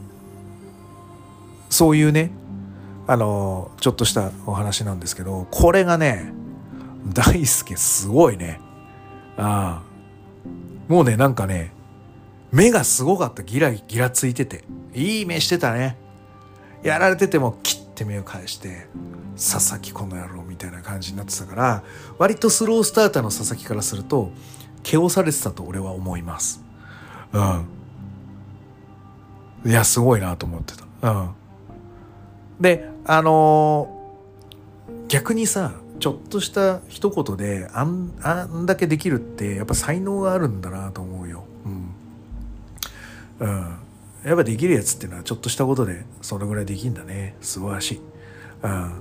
そういうねあのちょっとしたお話なんですけど、これがね大輔すごいね。あもうねなんかね目がすごかった。ギラギラついてていい目してたね。やられててもキッて目を返して佐々木この野郎みたいな感じになってたから、割とスロースターターの佐々木からすると気をされてたと俺は思います。うんいやすごいなと思ってた。うんであのー、逆にさちょっとした一言であんあんだけできるってやっぱ才能があるんだなと思うよ。うん、うん、やっぱできるやつっていうのはちょっとしたことでそれぐらいできるんだね。素晴らしい。うん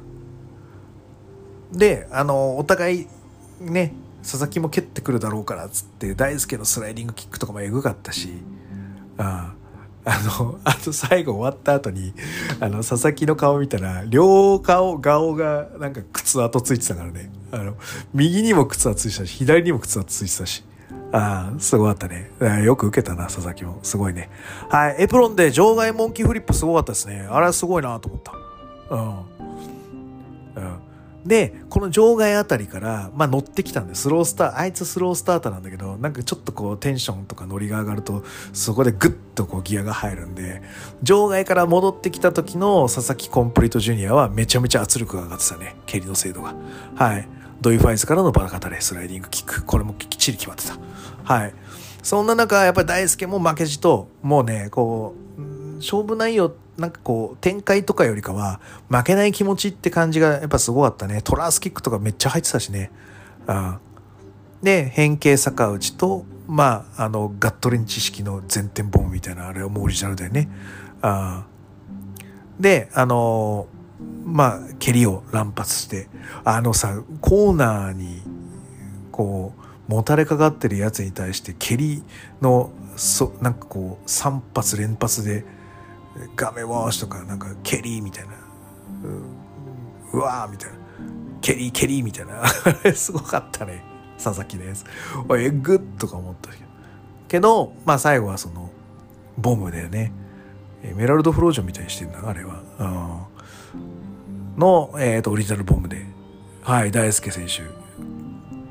であのお互いね佐々木も蹴ってくるだろうからっつって大輔のスライディングキックとかもエグかったし、ああのあと最後終わった後にあの佐々木の顔見たら両顔顔がなんか靴跡ついてたからね。あの右にも靴跡ついてたし左にも靴跡ついてたし、ああすごかったね。よく受けたな佐々木もすごいね。はいエプロンで場外モンキーフリップすごかったですね。あれはすごいなと思った。うんうんでこの場外あたりから、まあ、乗ってきたんでスロースターあいつスロースターターなんだけど、なんかちょっとこうテンションとかノリが上がるとそこでグッとこうギアが入るんで、場外から戻ってきた時の佐々木コンプリートジュニアはめちゃめちゃ圧力が上がってたね。蹴りの精度が。はいドイファイズからのバラカタレスライディングキック、これもきっちり決まってた。はいそんな中やっぱり大輔も負けじともうねこう勝負内容なんかこう展開とかよりかは負けない気持ちって感じがやっぱすごかったね。トラースキックとかめっちゃ入ってたしね。あで変形逆打ちとまああのガットレンチ式の前転ボムみたいなあれはもうオリジナルだよね。あであのまあ蹴りを乱発してあのさコーナーにこうもたれかかってるやつに対して蹴りのそなんかこうさん発連発でガメワーシとかなんかケリーみたいな う, うわーみたいなケリーケリーみたいなあれすごかったね佐々木のやつ。えグッとか思ったけどまあ最後はそのボムだよね。エメラルドフロージョンみたいにしてんだなあれは、うん、の、えー、とオリジナルボムではい大輔選手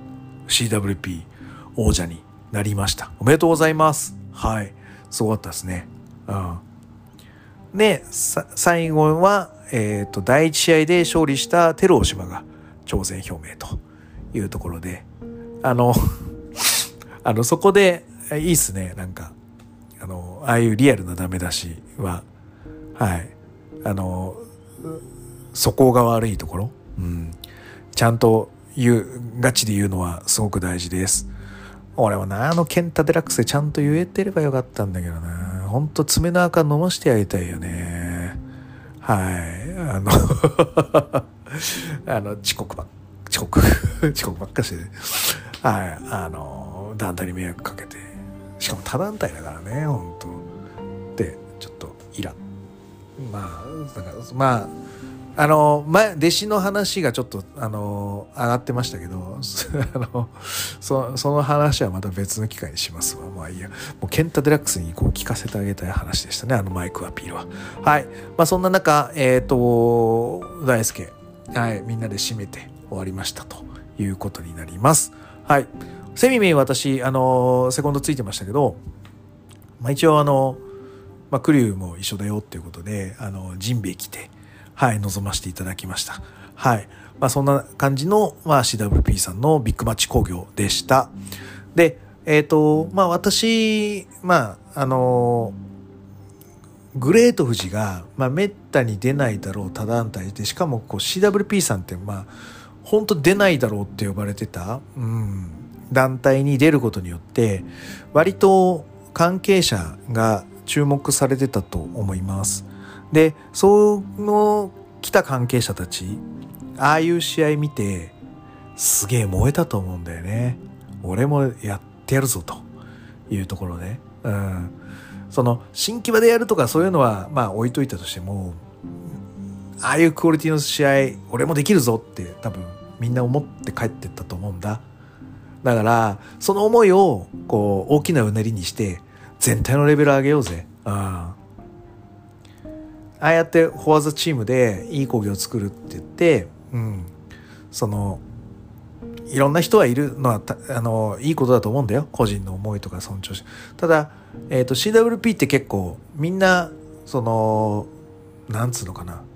シーダブリューピー 王者になりました。おめでとうございます。はい。すごかったですね。うん。で、最後は、えっと、だいいち試合で勝利したテルオシマが挑戦表明というところで、あの、あの、そこで、いいっすね。なんか、あの、ああいうリアルなダメ出しは、はい。あの、素行が悪いところ、うん。ちゃんと言う、ガチで言うのはすごく大事です。俺はな、あのケンタデラックスでちゃんと言えてればよかったんだけどな。ほんと爪の赤飲ましてあげたいよね。はい。あの、あの、遅刻ばっ、遅刻、遅刻ばっかして、ね、はい。あの、団体に迷惑かけて。しかも他団体だからね、ほんと。で、ちょっとイラ。まあ、だから、まあ、あの前弟子の話がちょっとあの上がってましたけどあの そ, その話はまた別の機会にしますわ。まあいいや、もうケンタデラックスにこう聞かせてあげたい話でしたね、あのマイクアピールは。はい。まあそんな中、えっと大輔、はい、みんなで締めて終わりましたということになります。はい。セミメイ私あのセコンドついてましたけど、まあ一応あのまあクリューも一緒だよっていうことであのジンベエ来て。はい、臨ませていただきました。はい。まあ、そんな感じの、まあ、シーダブリューピー さんのビッグマッチ興行でした。で、えっと、まあ、私、まあ、あの、グレート富士が、まあ、めったに出ないだろう他団体で、しかも、こう、シーダブリューピー さんって、まあ、本当出ないだろうって呼ばれてた、うん、団体に出ることによって、割と関係者が注目されてたと思います。で、その来た関係者たち、ああいう試合見てすげえ燃えたと思うんだよね。俺もやってやるぞというところで、うん、その新木場でやるとかそういうのはまあ置いといたとしても、ああいうクオリティの試合俺もできるぞって多分みんな思って帰ってったと思うんだ。だからその思いをこう大きなうねりにして全体のレベル上げようぜ。うん、ああやってフォアザチームでいい興行を作るって言って、うん、そのいろんな人はいるのはあのいいことだと思うんだよ。個人の思いとか尊重し。ただ、えーと、シーダブリューピー って結構みんなそのなんつうのかな。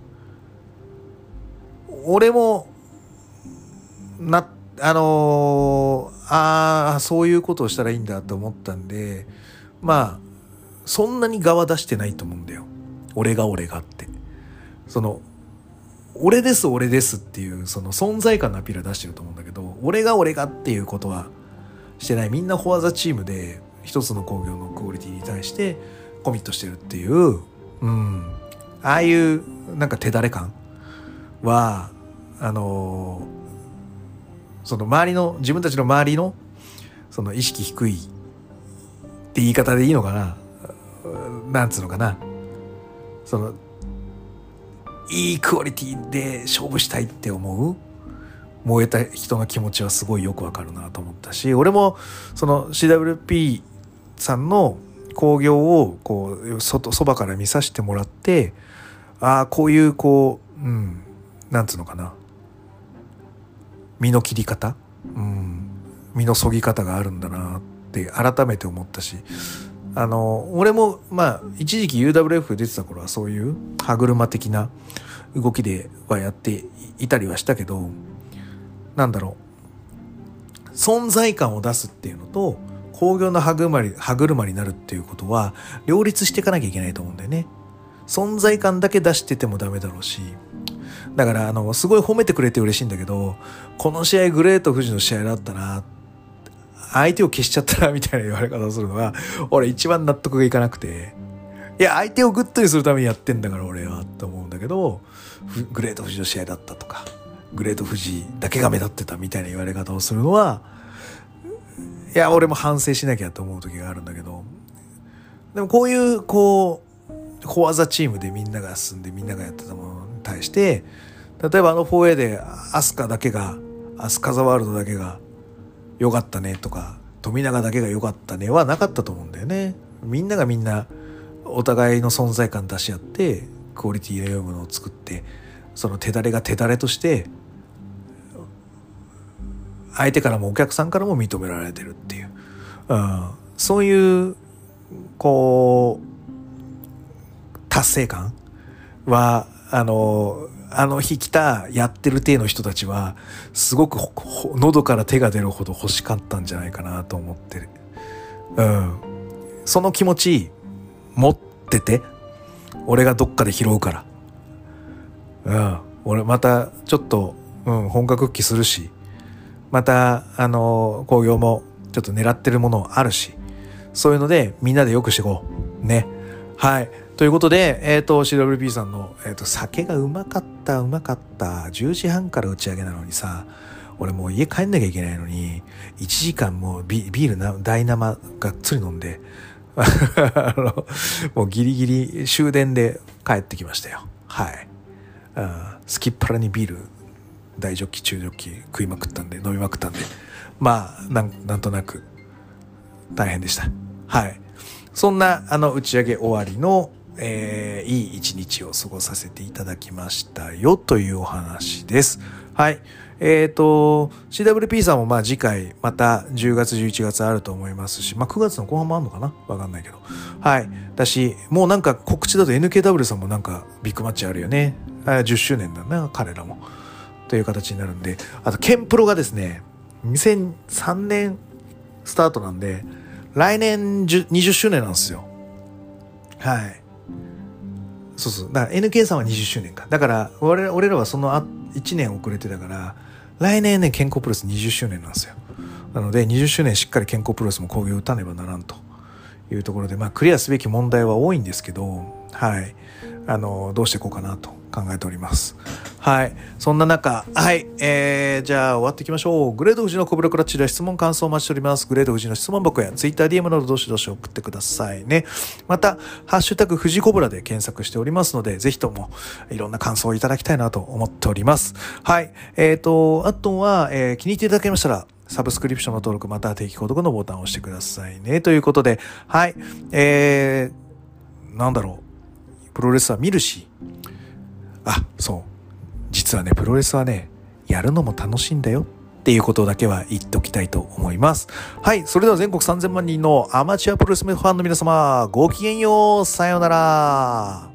俺もなあのー、ああそういうことをしたらいいんだと思ったんで、まあそんなに側出してないと思うんだよ。俺が俺がってその俺です俺ですっていうその存在感のアピールは出してると思うんだけど、俺が俺がっていうことはしてない。みんなフォアザチームで一つの興行のクオリティに対してコミットしてるっていう、うん、ああいうなんか手だれ感はあのー、その周りの自分たちの周りのその意識低いって言い方でいいのかな、なんつうのかな、そのいいクオリティで勝負したいって思う燃えた人の気持ちはすごいよくわかるなと思ったし、俺もその シーダブリューピー さんの興行をこう外そばから見させてもらって、ああこういうこう、うん、なんつうのかな、身の切り方、うん、身のそぎ方があるんだなって改めて思ったし、あの俺もまあ一時期 ユーダブリューエフ 出てた頃はそういう歯車的な動きではやっていたりはしたけど、なんだろう、存在感を出すっていうのと興行の歯車に、歯車になるっていうことは両立していかなきゃいけないと思うんだよね。存在感だけ出しててもダメだろうし、だからあのすごい褒めてくれて嬉しいんだけど、この試合グレート富士の試合だったな、相手を消しちゃったなみたいな言われ方をするのは俺一番納得がいかなくて、いや相手をグッドにするためにやってんだから俺はと思うんだけど、グレート富士の試合だったとかグレート富士だけが目立ってたみたいな言われ方をするのは、いや俺も反省しなきゃと思う時があるんだけど、でもこういうこうフォアザチームでみんなが進んでみんながやってたものに対して、例えばあの フォーエー でアスカだけがアスカザワールドだけが良かったねとか富永だけが良かったねはなかったと思うんだよね。みんながみんなお互いの存在感出し合ってクオリティの良いものを作って、その手だれが手だれとして相手からもお客さんからも認められてるっていう、うん、そういうこう達成感はあのあの日来たやってる体の人たちはすごく喉から手が出るほど欲しかったんじゃないかなと思ってる、うん、その気持ち持ってて俺がどっかで拾うから、うん、俺またちょっと、うん、本格復帰するし、またあの興行もちょっと狙ってるものあるし、そういうのでみんなでよくしていこうね。はい、ということで、えっと シーダブリューピー さんの、えー、と酒がうまかったうまかったじゅうじはんから打ち上げなのにさ、俺もう家帰んなきゃいけないのにいちじかんもう ビ, ビールな大生がっつり飲んであのもうギリギリ終電で帰ってきましたよ。はい、うん、すきっ腹にビール大ジョッキ中ジョッキ食いまくったんで飲みまくったんで、まあ な, んなんとなく大変でした。はい、そんなあの打ち上げ終わりの、えー、いい一日を過ごさせていただきましたよというお話です。はい、えっと シーダブリューピー さんもまあ次回またじゅうがつじゅういちがつあると思いますし、まあくがつの後半もあるのかな、わかんないけど、はい、だしもうなんか告知だと エヌケーダブリュー さんもなんかビッグマッチあるよね。あじゅっしゅうねんだな彼らもという形になるんで、あとケンプロがですねにせんさんねんスタートなんで来年にじゅっしゅうねんなんですよ。はい。そうそう。だから エヌケー さんはにじゅっしゅうねんか。だから俺ら、俺らはそのいちねん遅れてたから、来年ね、健康プロレスにじゅっしゅうねんなんですよ。なのでにじゅっしゅうねんしっかり健康プロレスも興行打たねばならんというところで、まあクリアすべき問題は多いんですけど、はい。あの、どうしていこうかなと考えております。はい。そんな中、はい。えー、じゃあ終わっていきましょう。グレート富士のコブラクラッチで質問感想をお待ちしております。グレート富士の質問箱や Twitter、ディーエム などどしどし送ってくださいね。また、ハッシュタグ富士コブラで検索しておりますので、ぜひともいろんな感想をいただきたいなと思っております。はい。えーと、あとは、えー、気に入っていただけましたら、サブスクリプションの登録または定期購読のボタンを押してくださいね。ということで、はい。えー、なんだろう。プロレスは見るし、あ、そう。実はね、プロレスはね、やるのも楽しいんだよっていうことだけは言っておきたいと思います。はい。それでは全国さんぜんまんにんのアマチュアプロレスファンの皆様、ごきげんよう。さようなら。